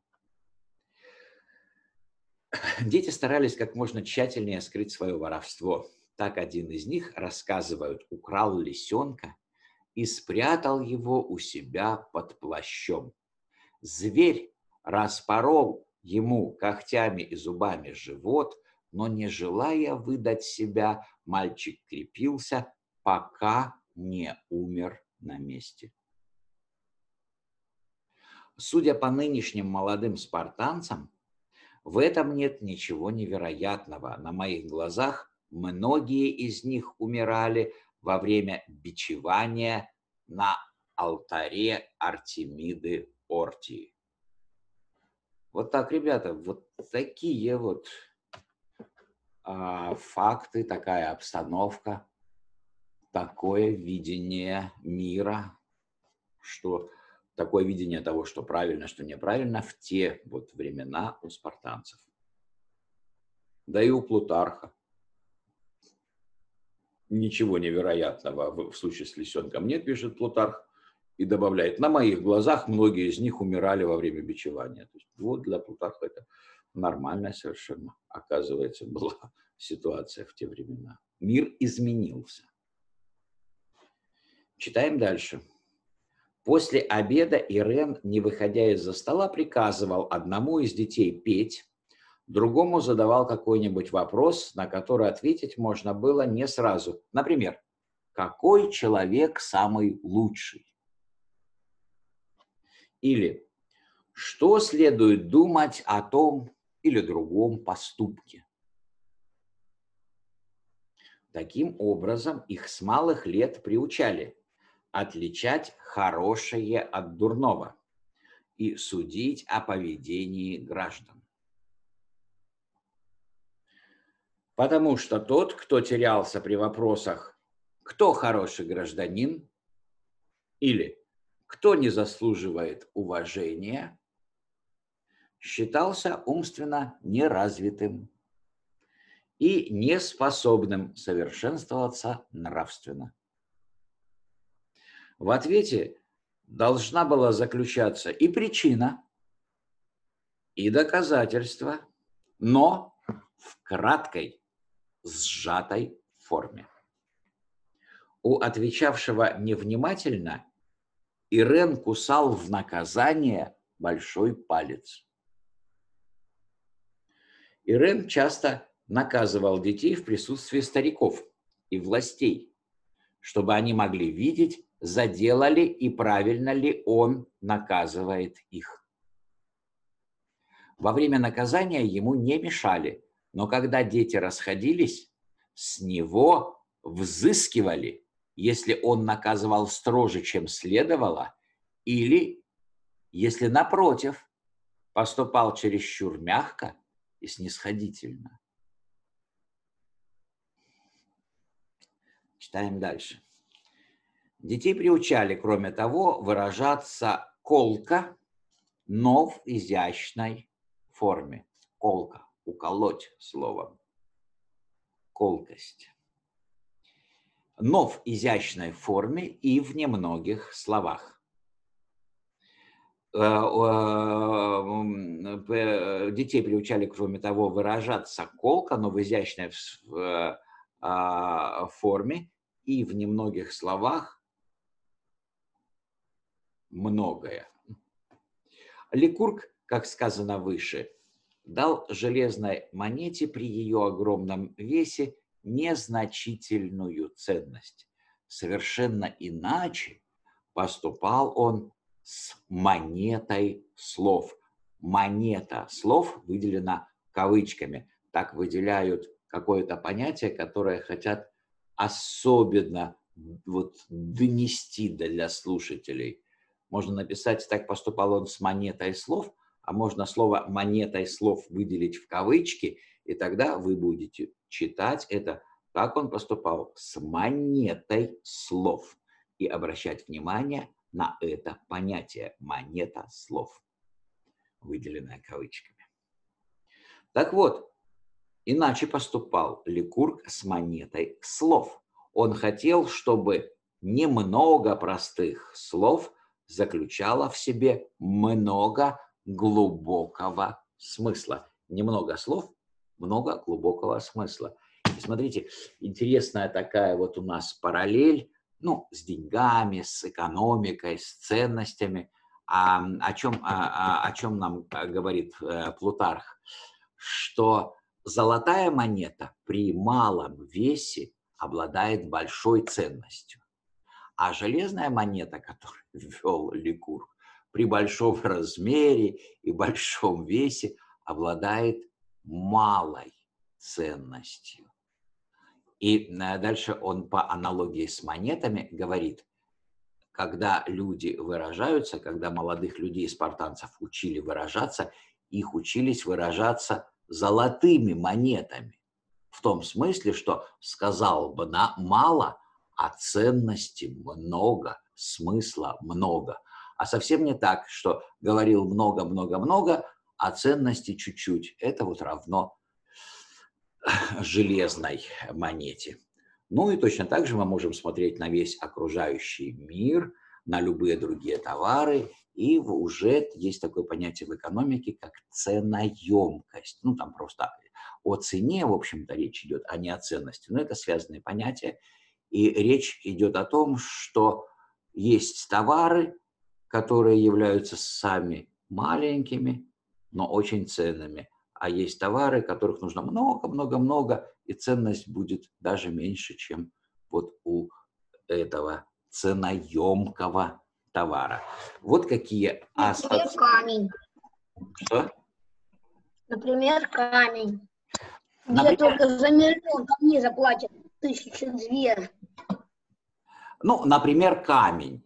Дети старались как можно тщательнее скрыть свое воровство. Так один из них, рассказывают, украл лисенка и спрятал его у себя под плащом. Зверь распорол ему когтями и зубами живот, но, не желая выдать себя, мальчик крепился, пока не умер на месте. Судя по нынешним молодым спартанцам, в этом нет ничего невероятного. На моих глазах многие из них умирали во время бичевания на алтаре Артемиды Ортии. Вот так, ребята, вот такие вот факты, такая обстановка, такое видение мира, что такое видение того, что правильно, что неправильно в те вот времена у спартанцев. Да и у Плутарха. Ничего невероятного в случае с лисенком нет, пишет Плутарх, и добавляет, на моих глазах многие из них умирали во время бичевания. То есть, вот для Плутарха это нормальная совершенно, оказывается, была ситуация в те времена. Мир изменился. Читаем дальше. После обеда Ирен, не выходя из-за стола, приказывал одному из детей петь, другому задавал какой-нибудь вопрос, на который ответить можно было не сразу. Например, какой человек самый лучший? Или что следует думать о том или другом поступке? Таким образом, их с малых лет приучали отличать хорошее от дурного и судить о поведении граждан. Потому что тот, кто терялся при вопросах «кто хороший гражданин?» или «кто не заслуживает уважения?», считался умственно неразвитым и неспособным совершенствоваться нравственно. В ответе должна была заключаться и причина, и доказательство, но в краткой, сжатой форме. У отвечавшего невнимательно Ирен кусал в наказание большой палец. Ирен часто наказывал детей в присутствии стариков и властей, чтобы они могли видеть, заделали и правильно ли он наказывает их. Во время наказания ему не мешали, но когда дети расходились, с него взыскивали, если он наказывал строже, чем следовало, или, если, напротив, поступал чересчур мягко и снисходительно. Читаем дальше. Детей приучали, кроме того, выражаться колко, но в изящной форме. Колко, уколоть словом. Колкость. Но в изящной форме и в немногих словах. Детей приучали, кроме того, выражаться колко, но в изящной форме и в немногих словах многое. Ликург, как сказано выше, дал железной монете при ее огромном весе незначительную ценность. Совершенно иначе поступал он с монетой слов. Монета слов выделена кавычками. Так выделяют какое-то понятие, которое хотят особенно донести для слушателей. Можно написать, так поступал он с монетой слов, а можно слово «монетой слов» выделить в кавычки, и тогда вы будете читать это, как он поступал с монетой слов, и обращать внимание на это понятие «монета слов», выделенное кавычками. Так вот, иначе поступал Ликург с монетой слов. Он хотел, чтобы немного простых слов заключало в себе много глубокого смысла. Немного слов, много глубокого смысла. И смотрите, интересная такая вот у нас параллель, с деньгами, с экономикой, с ценностями. О чем нам говорит Плутарх? Что золотая монета при малом весе обладает большой ценностью. А железная монета, которую ввел Ликург, при большом размере и большом весе обладает малой ценностью. И дальше он по аналогии с монетами говорит, когда люди выражаются, когда молодых людей, спартанцев, учили выражаться, их учились выражаться золотыми монетами. В том смысле, что сказал бы мало, а ценности много, смысла много. А совсем не так, что говорил много-много-много, а ценности чуть-чуть. Это вот равно железной монете. И точно так же мы можем смотреть на весь окружающий мир, на любые другие товары, и уже есть такое понятие в экономике, как ценоемкость. Там просто о цене, в общем-то, речь идет, а не о ценности. Но это связанные понятия. И речь идет о том, что есть товары, которые являются сами маленькими, но очень ценными. А есть товары, которых нужно много-много-много, и ценность будет даже меньше, чем вот у этого ценоемкого товара. Вот какие аспекты. Камень. Что? Например, камень. Где только за миллион камней заплатят 1002. Например, камень.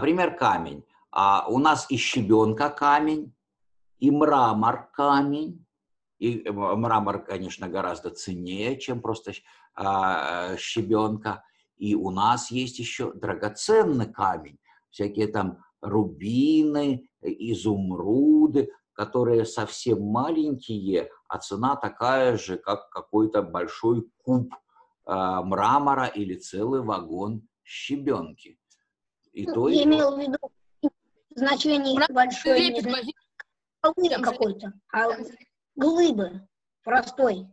У нас и щебенка камень, и мрамор камень. И мрамор, конечно, гораздо ценнее, чем просто щебенка. И у нас есть еще драгоценный камень. Всякие там рубины, изумруды. которые совсем маленькие, а цена такая же, как какой-то большой куб мрамора или целый вагон щебенки. И то, и Я то. имел в виду значение большое, не знаю, глыбы какой-то, а глыбы простой.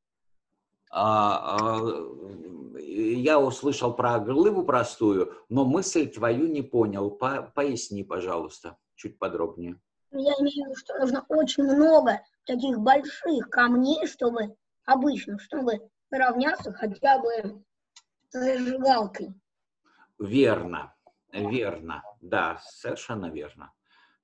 Я услышал про глыбу простую, но мысль твою не понял. Поясни, пожалуйста, чуть подробнее. Я имею в виду, что нужно очень много таких больших камней, чтобы равняться хотя бы с зажигалкой. Верно, верно, да, совершенно верно.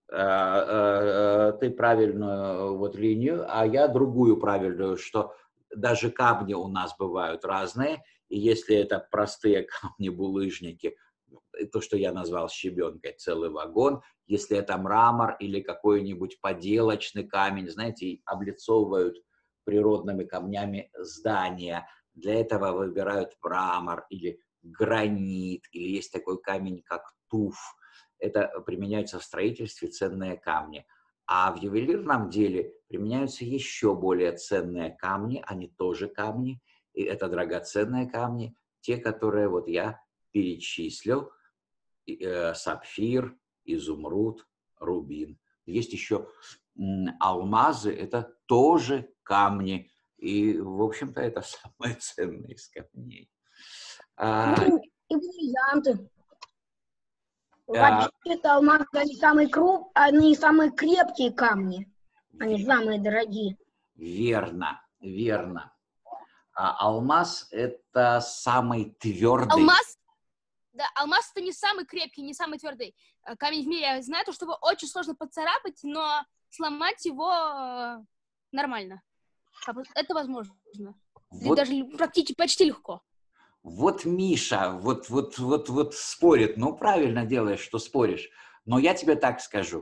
Ты правильную вот линию, а я другую правильную, что даже камни у нас бывают разные, и если это простые камни-булыжники, то, что я назвал щебенкой, целый вагон, если это мрамор или какой-нибудь поделочный камень, знаете, облицовывают природными камнями здания, для этого выбирают мрамор или гранит, или есть такой камень, как туф. Это применяются в строительстве ценные камни. А в ювелирном деле применяются еще более ценные камни, они тоже камни, и это драгоценные камни, те, которые вот я перечислил, сапфир, изумруд, рубин. Есть еще алмазы, это тоже камни, и, в общем-то, это самые ценные из камней. И бриллианты. Вообще-то алмазы они самые крепкие камни, они самые дорогие. Верно, верно. Алмаз – это самый твердый. Алмаз это не самый крепкий, не самый твердый камень в мире. Я знаю, что его очень сложно поцарапать, но сломать его нормально. Это возможно. Вот. Даже практически почти легко. Вот Миша, вот спорит. Ну, правильно делаешь, что споришь. Но я тебе так скажу.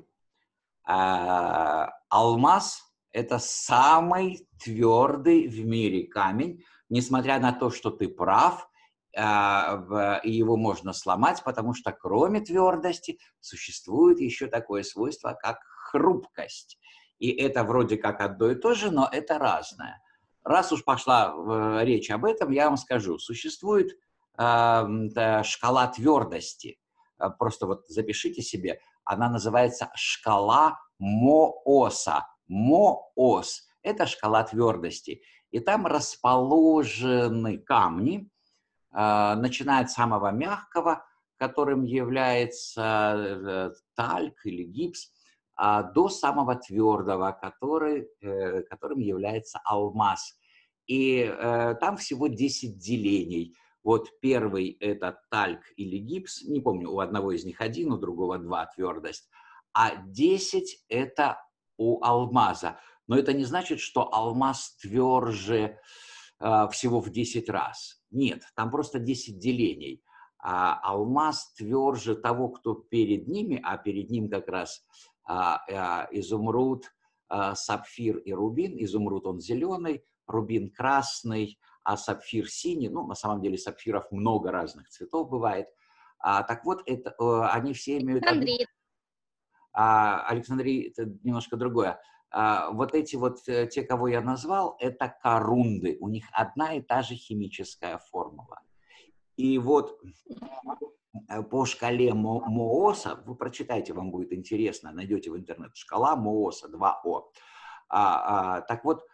Алмаз – это самый твердый в мире камень, несмотря на то, что ты прав, и его можно сломать, потому что кроме твердости существует еще такое свойство, как хрупкость. И это вроде как одно и то же, но это разное. Раз уж пошла речь об этом, я вам скажу. Существует шкала твердости. Просто вот запишите себе. Она называется шкала Мооса. Моос – это шкала твердости. И там расположены камни, начиная от самого мягкого, которым является тальк или гипс, до самого твердого, которым является алмаз. И там всего 10 делений. Вот первый – это тальк или гипс, не помню, у одного из них 1, у другого 2 твердость, а 10 – это у алмаза. Но это не значит, что алмаз тверже всего в 10 раз. Нет, там просто 10 делений. Алмаз тверже того, кто перед ними, а перед ним как раз изумруд, сапфир и рубин. Изумруд он зеленый, рубин красный, а сапфир синий. Ну, на самом деле сапфиров много разных цветов бывает. Так вот, это, они все имеют... Александрий, это немножко другое. Вот эти вот, те, кого я назвал, это корунды. У них одна и та же химическая формула. И вот по шкале Мооса, вы прочитайте, вам будет интересно, найдете в интернете, шкала Мооса, 2О. Так вот,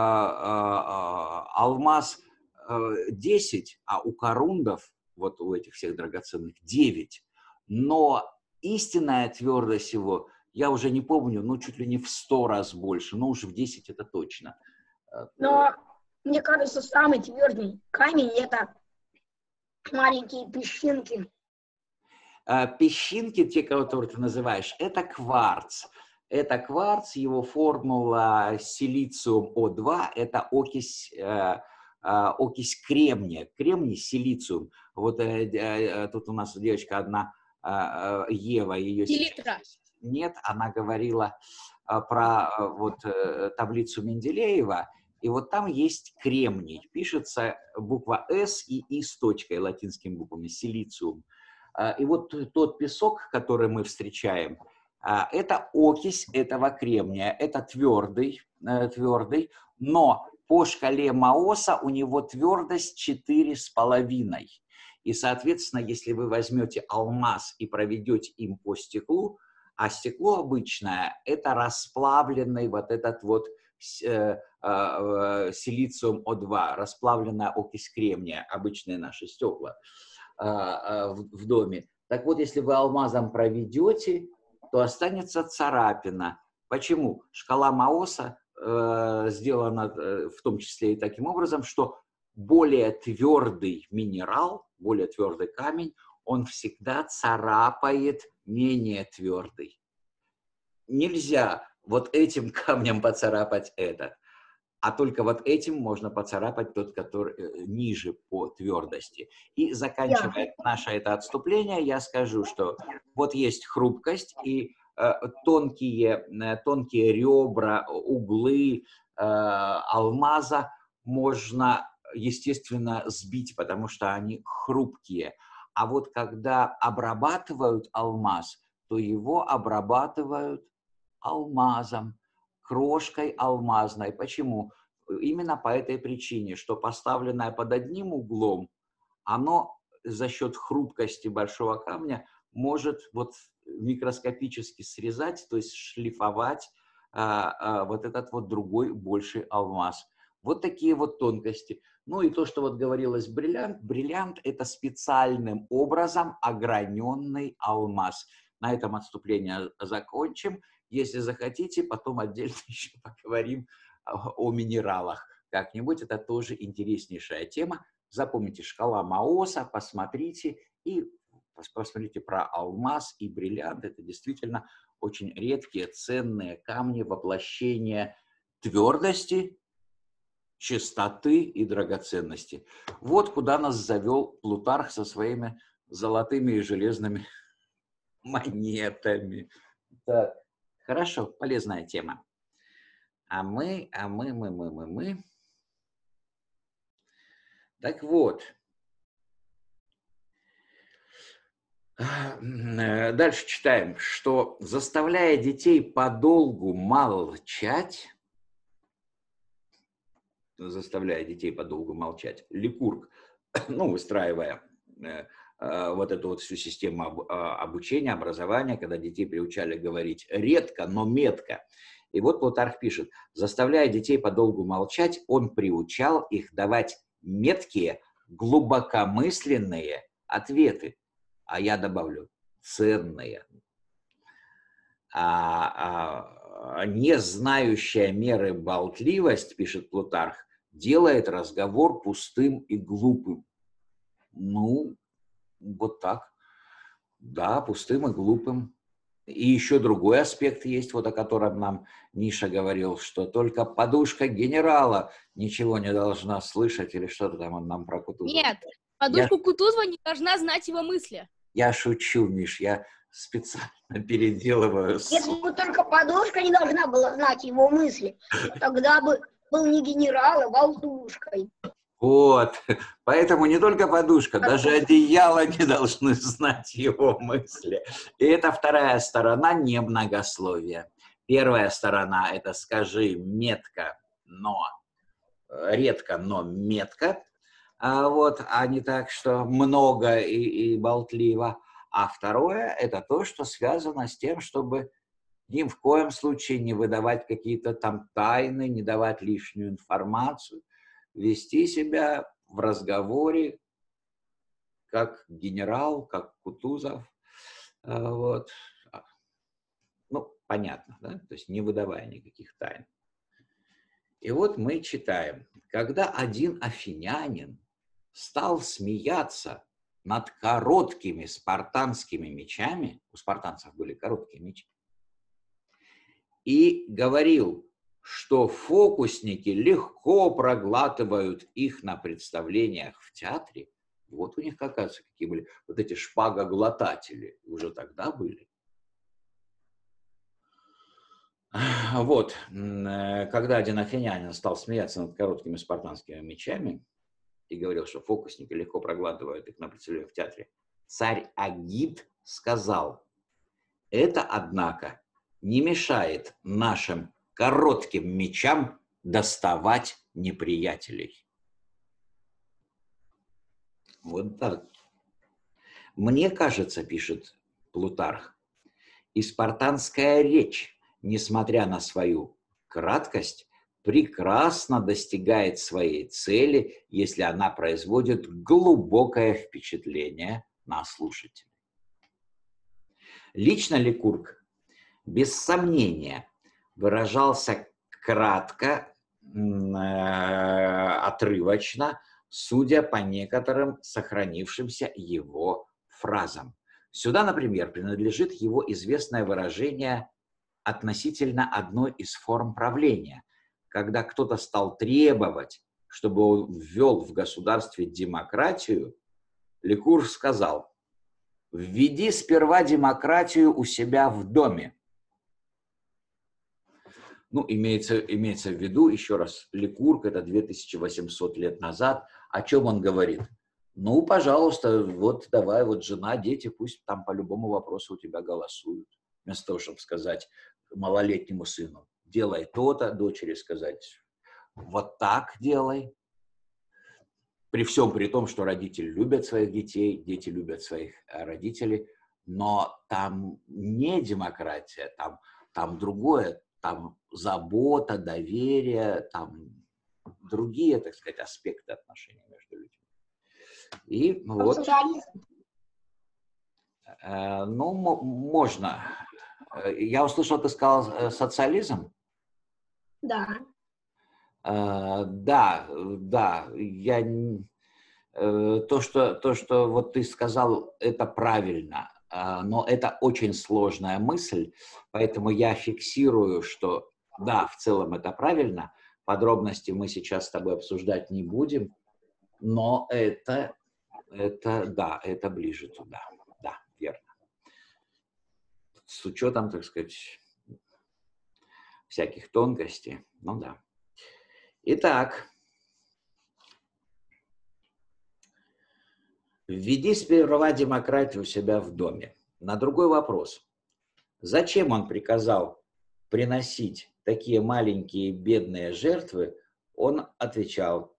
алмаз 10, а у корундов, вот у этих всех драгоценных, 9. Но истинная твердость его, я уже не помню, ну, чуть ли не в 100 раз больше, но уже в 10 это точно. Но, мне кажется, самый твердый камень – это маленькие песчинки. Песчинки, те, которые ты называешь, это кварц. Это кварц, его формула силициум О2, это окись кремния. Кремний, силициум. Вот тут у нас девочка одна, Ева, ее сейчас нет, она говорила про вот таблицу Менделеева, и вот там есть кремний. Пишется буква С и И с точкой, латинскими буквами, силициум. И вот тот песок, который мы встречаем, Это окись этого кремния, это твердый, но по шкале Маоса у него твердость 4,5. И, соответственно, если вы возьмете алмаз и проведете им по стеклу, а стекло обычное – это расплавленный вот этот вот силициум О2, расплавленная окись кремния, обычные наши стекла в доме. Так вот, если вы алмазом проведете, то останется царапина. Почему? Шкала Маоса сделана в том числе и таким образом, что более твердый минерал, более твердый камень, он всегда царапает менее твердый. Нельзя вот этим камнем поцарапать этот, а только вот этим можно поцарапать тот, который ниже по твердости. И заканчивая наше это отступление, я скажу, что вот есть хрупкость и тонкие ребра, углы алмаза можно, естественно, сбить, потому что они хрупкие. А вот когда обрабатывают алмаз, то его обрабатывают алмазом, крошкой алмазной. Почему? Именно по этой причине, что поставленное под одним углом, оно за счет хрупкости большого камня может вот микроскопически срезать, то есть шлифовать вот этот вот другой больший алмаз. Вот такие вот тонкости. Ну и то, что вот говорилось бриллиант. Бриллиант – это специальным образом ограненный алмаз. На этом отступление закончим. Если захотите, потом отдельно еще поговорим о минералах как-нибудь. Это тоже интереснейшая тема. Запомните, шкала Маоса, посмотрите и посмотрите про алмаз и бриллиант. Это действительно очень редкие, ценные камни воплощения твердости, чистоты и драгоценности. Вот куда нас завел Плутарх со своими золотыми и железными монетами. Так, хорошо, полезная тема. А мы. Так вот. Дальше читаем, что заставляя детей подолгу молчать, Ликург, ну, выстраивая вот эту вот всю систему обучения, образования, когда детей приучали говорить редко, но метко. И вот Плутарх пишет, заставляя детей подолгу молчать, он приучал их давать меткие, глубокомысленные ответы. А я добавлю, ценные. Не знающая меры болтливость, пишет Плутарх, делает разговор пустым и глупым. Ну, вот так. Да, пустым и глупым. И еще другой аспект есть, вот о котором нам Миша говорил, что только подушка генерала ничего не должна слышать, или что-то там он нам про Кутузова. Нет, подушка Кутузова не должна знать его мысли. Я шучу, Миш, я специально переделываю. Если бы только подушка не должна была знать его мысли, тогда бы был не генерал, а болтушкой. Вот, поэтому не только подушка, даже одеяло не должны знать его мысли. И это вторая сторона немногословия. Первая сторона – это скажи метко, но редко, но метко. Вот, а не так, что много и болтливо. А второе – это то, что связано с тем, чтобы ни в коем случае не выдавать какие-то там тайны, не давать лишнюю информацию, вести себя в разговоре как генерал, как Кутузов. Вот. Ну, понятно, да? То есть не выдавая никаких тайн. И вот мы читаем, когда один афинянин стал смеяться над короткими спартанскими мечами, у спартанцев были короткие мечи, и говорил, что фокусники легко проглатывают их на представлениях в театре. Вот у них, оказывается, какие были вот эти шпагоглотатели. Уже тогда были. Вот, когда один афинянин стал смеяться над короткими спартанскими мечами и говорил, что фокусники легко проглатывают их на представлениях в театре, царь Агид сказал, Это, однако, не мешает нашим коротким мечам доставать неприятелей. Вот так. Мне кажется, пишет Плутарх, и спартанская речь, несмотря на свою краткость, прекрасно достигает своей цели, если она производит глубокое впечатление на слушателя. Лично Ликург, без сомнения, выражался кратко, отрывочно, судя по некоторым сохранившимся его фразам. Сюда, например, принадлежит его известное выражение относительно одной из форм правления, когда кто-то стал требовать, чтобы он ввел в государстве демократию, Ликург сказал: «Введи сперва демократию у себя в доме». Ну, имеется в виду, еще раз, Ликург, это 2800 лет назад. О чем он говорит? Ну, пожалуйста, вот давай, вот жена, дети, пусть там по любому вопросу у тебя голосуют. Вместо того, чтобы сказать малолетнему сыну: делай то-то, дочери сказать: вот так делай. При всем при том, что родители любят своих детей, дети любят своих родителей, но там не демократия, там другое, там забота, доверие, там другие, так сказать, аспекты отношений между людьми. И вот, ну, можно. Я услышал, ты сказал социализм? Да. Да, то, что вот ты сказал, это правильно, но это очень сложная мысль, поэтому я фиксирую, что да, в целом это правильно, подробности мы сейчас с тобой обсуждать не будем, но это ближе туда, да, верно. С учетом, так сказать, всяких тонкостей, ну да. Итак, введи сперва демократию у себя в доме. На другой вопрос. Зачем он приказал приносить такие маленькие бедные жертвы? Он отвечал: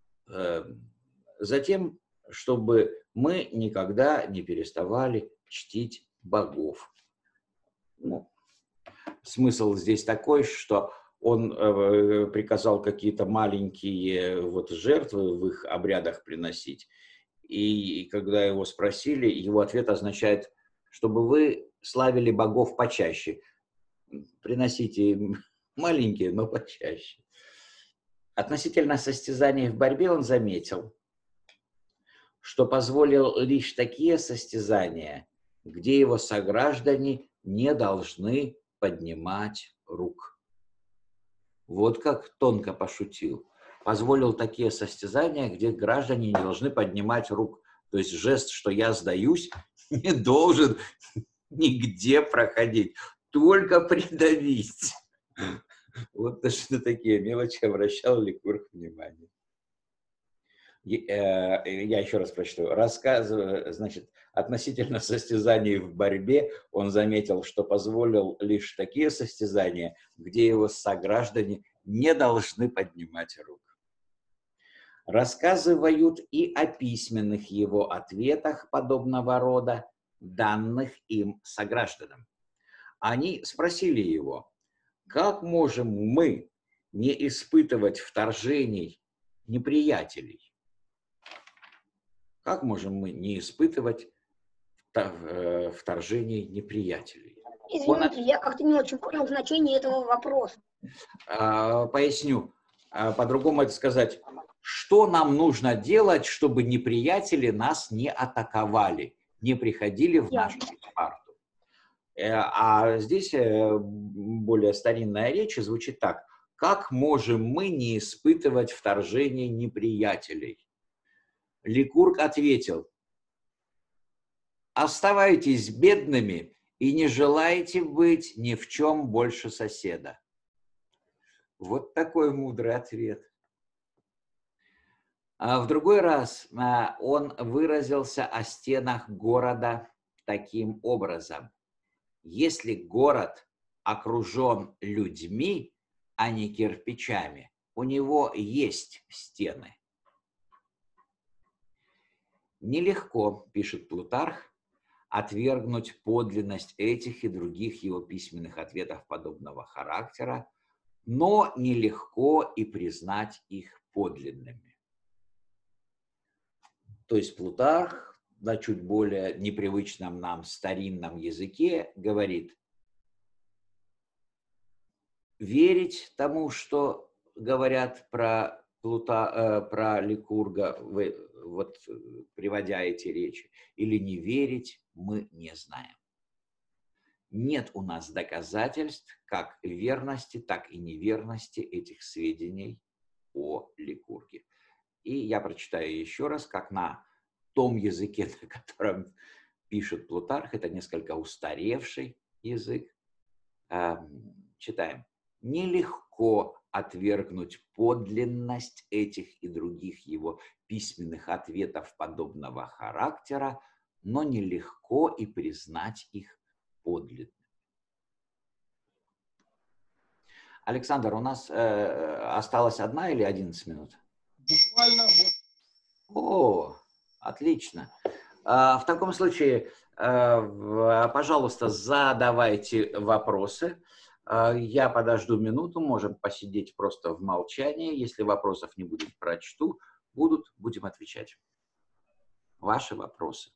затем, чтобы мы никогда не переставали чтить богов. Ну, смысл здесь такой, что он приказал какие-то маленькие вот жертвы в их обрядах приносить. И когда его спросили, его ответ означает: чтобы вы славили богов почаще. Приносите маленькие, но почаще. Относительно состязаний в борьбе он заметил, что позволил лишь такие состязания, где его сограждане не должны поднимать рук. Вот как тонко пошутил. Позволил такие состязания, где граждане не должны поднимать рук. То есть жест, что я сдаюсь, не должен нигде проходить, только придавить. Вот на что такие мелочи обращал Ликург внимание. Я еще раз прочту. Рассказывая, значит, относительно состязаний в борьбе, он заметил, что позволил лишь такие состязания, где его сограждане не должны поднимать рук. Рассказывают и о письменных его ответах подобного рода, данных им согражданам. Они спросили его: как можем мы не испытывать вторжений неприятелей? Как можем мы не испытывать вторжений неприятелей? Извините, я как-то не очень понял значение этого вопроса. Поясню. По-другому это сказать: что нам нужно делать, чтобы неприятели нас не атаковали, не приходили в нашу Спарту? А здесь более старинная речь звучит так: как можем мы не испытывать вторжение неприятелей? Ликург ответил: оставайтесь бедными и не желайте быть ни в чем больше соседа. Вот такой мудрый ответ. А в другой раз он выразился о стенах города таким образом: если город окружен людьми, а не кирпичами, у него есть стены. Нелегко, пишет Плутарх, отвергнуть подлинность этих и других его письменных ответов подобного характера, но нелегко и признать их подлинными. То есть Плутарх на чуть более непривычном нам старинном языке говорит: верить тому, что говорят про Ликурга, вот приводя эти речи, или не верить, мы не знаем. Нет у нас доказательств как верности, так и неверности этих сведений о Ликурге. И я прочитаю еще раз, как на том языке, на котором пишет Плутарх, это несколько устаревший язык. Читаем. Нелегко отвергнуть подлинность этих и других его письменных ответов подобного характера, но нелегко и признать их подлинными. Александр, у нас осталась 1 или 11 минут? Буквально вот. О, отлично. В таком случае, пожалуйста, задавайте вопросы. Я подожду минуту, можем посидеть просто в молчании. Если вопросов не будет, прочту. Будем отвечать. Ваши вопросы.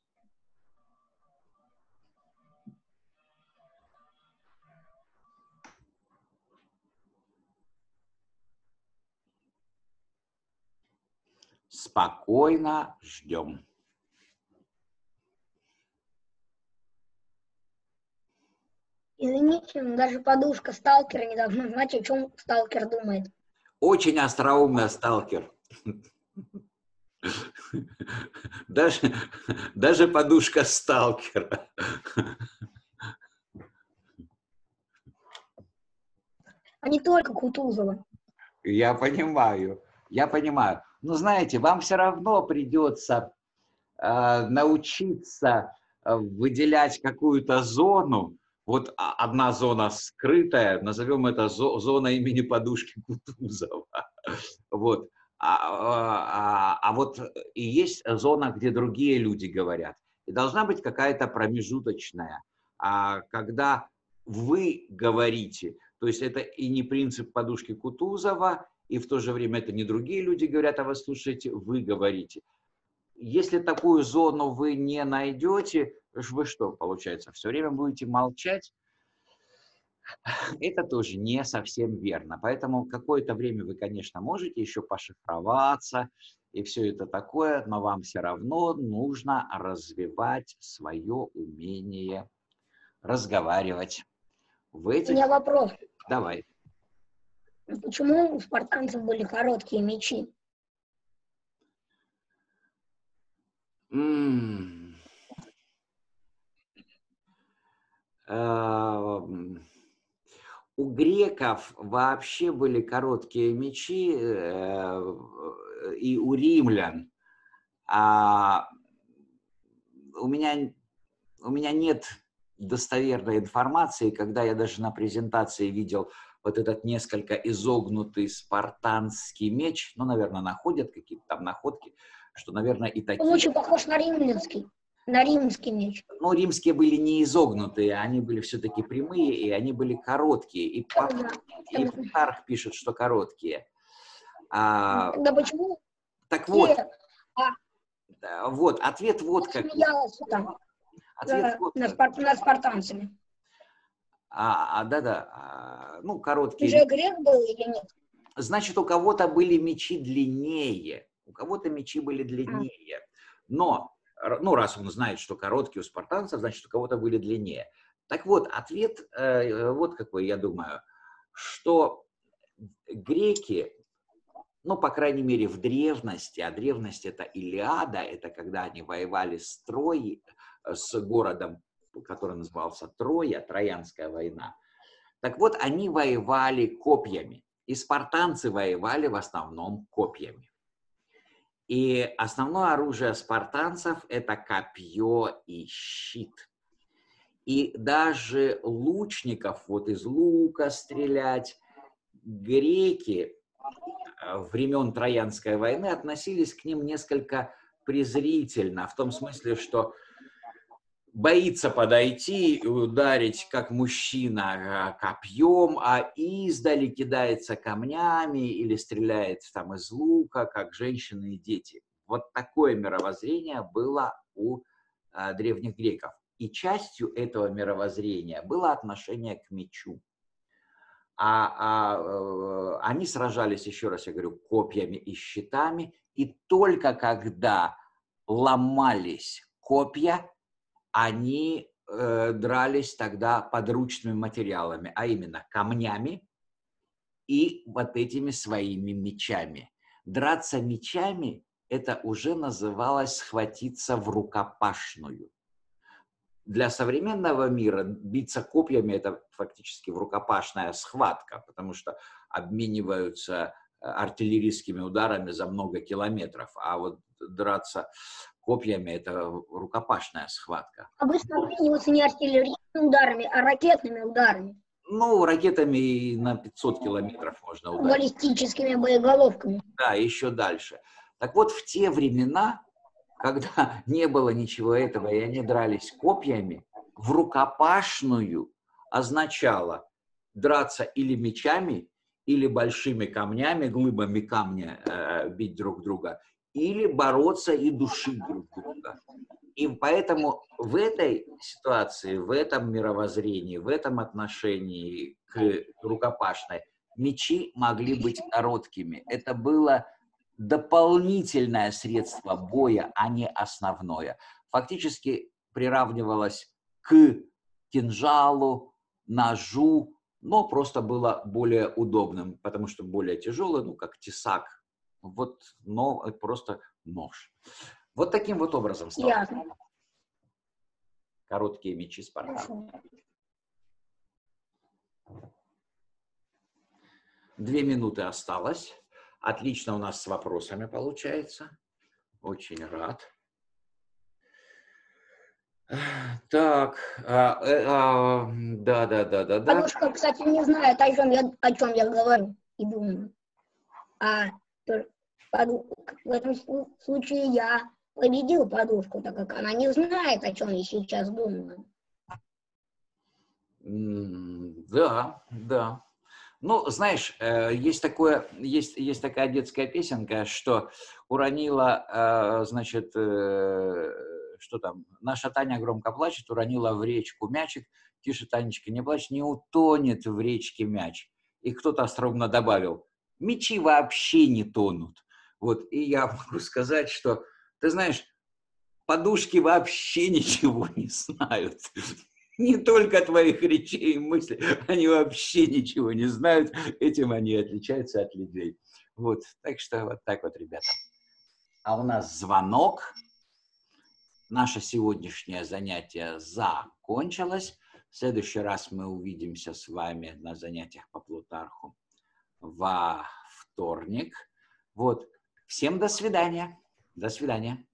Спокойно ждем. Извините, но даже подушка сталкера не должна знать, о чем сталкер думает. Очень остроумный сталкер. Даже подушка сталкера. А не только Кутузова. Я понимаю. Но знаете, вам все равно придется научиться выделять какую-то зону. Вот одна зона скрытая, назовем это зона имени подушки Кутузова. Вот. А вот и есть зона, где другие люди говорят. И должна быть какая-то промежуточная, когда вы говорите, то есть это и не принцип подушки Кутузова, и в то же время это не другие люди говорят, а вы слушаете, вы говорите. Если такую зону вы не найдете, вы что, получается, все время будете молчать? Это тоже не совсем верно. Поэтому какое-то время вы, конечно, можете еще пошифроваться и все это такое, но вам все равно нужно развивать свое умение разговаривать. У меня вопрос. Давай. Почему у спартанцев были короткие мечи? У греков вообще были короткие мечи, и у римлян. У меня нет достоверной информации, когда я даже на презентации видел вот этот несколько изогнутый спартанский меч, ну, наверное, находят какие-то там находки, что, наверное, и такие... Он очень похож на римский меч. Ну, римские были не изогнутые, они были все-таки прямые, и они были короткие. И Плутарх пишет, что короткие. Тогда почему? Так вот, вот, ответ вот как. Ответ вот над спартанцами. Да-да, ну, короткие. Ты же грек был или нет? Значит, у кого-то были мечи длиннее, у кого-то мечи были длиннее. Но, ну, раз он знает, что короткие у спартанцев, значит, у кого-то были длиннее. Так вот, ответ вот какой, я думаю, что греки, ну, по крайней мере, в древности, а древность это Илиада, это когда они воевали с городом, который назывался Троя, Троянская война. Так вот, они воевали копьями, и спартанцы воевали в основном копьями. И основное оружие спартанцев – это копье и щит. И даже лучников вот из лука стрелять греки времен Троянской войны относились к ним несколько презрительно, в том смысле, что боится подойти и ударить, как мужчина, копьем, а издали кидается камнями или стреляет там из лука, как женщины и дети. Вот такое мировоззрение было у древних греков. И частью этого мировоззрения было отношение к мечу. Они сражались, еще раз я говорю, копьями и щитами, и только когда ломались копья, они дрались тогда подручными материалами, а именно камнями и вот этими своими мечами. Драться мечами – это уже называлось схватиться в рукопашную. Для современного мира биться копьями – это фактически рукопашная схватка, потому что обмениваются артиллерийскими ударами за много километров, а вот драться копьями – это рукопашная схватка. Обычно обмениваются не артиллерийскими ударами, а ракетными ударами. Ну, ракетами и на 500 километров можно ударить. Баллистическими боеголовками. Да, еще дальше. Так вот, в те времена, когда не было ничего этого, и они дрались копьями, в рукопашную означало драться или мечами, или большими камнями, глыбами камня бить друг друга, или бороться и душить друг друга. И поэтому в этой ситуации, в этом мировоззрении, в этом отношении к рукопашной мечи могли быть короткими. Это было дополнительное средство боя, а не основное. Фактически приравнивалось к кинжалу, ножу, но просто было более удобным, потому что более тяжелый, ну, как тесак. Вот, но это просто нож. Вот таким вот образом стало. Ясно. Короткие мечи Спартака. 2 минуты осталось. Отлично у нас с вопросами получается. Очень рад. Так, да. Бабушка, кстати, не знает, о чем я говорю и думаю. В этом случае я победил подушку, так как она не знает, о чем я сейчас думаю. Да, да. Ну, знаешь, есть такая детская песенка, что уронила, значит, что там, наша Таня громко плачет, уронила в речку мячик, тише, Танечка, не плачь, не утонет в речке мяч. И кто-то остроумно добавил, мячи вообще не тонут. Вот, и я могу сказать, что, ты знаешь, подушки вообще ничего не знают. Не только твоих речей и мыслей, они вообще ничего не знают, этим они отличаются от людей. Вот, так что вот так вот, ребята. А у нас звонок. Наше сегодняшнее занятие закончилось. В следующий раз мы увидимся с вами на занятиях по Плутарху во вторник. Вот, всем до свидания. До свидания.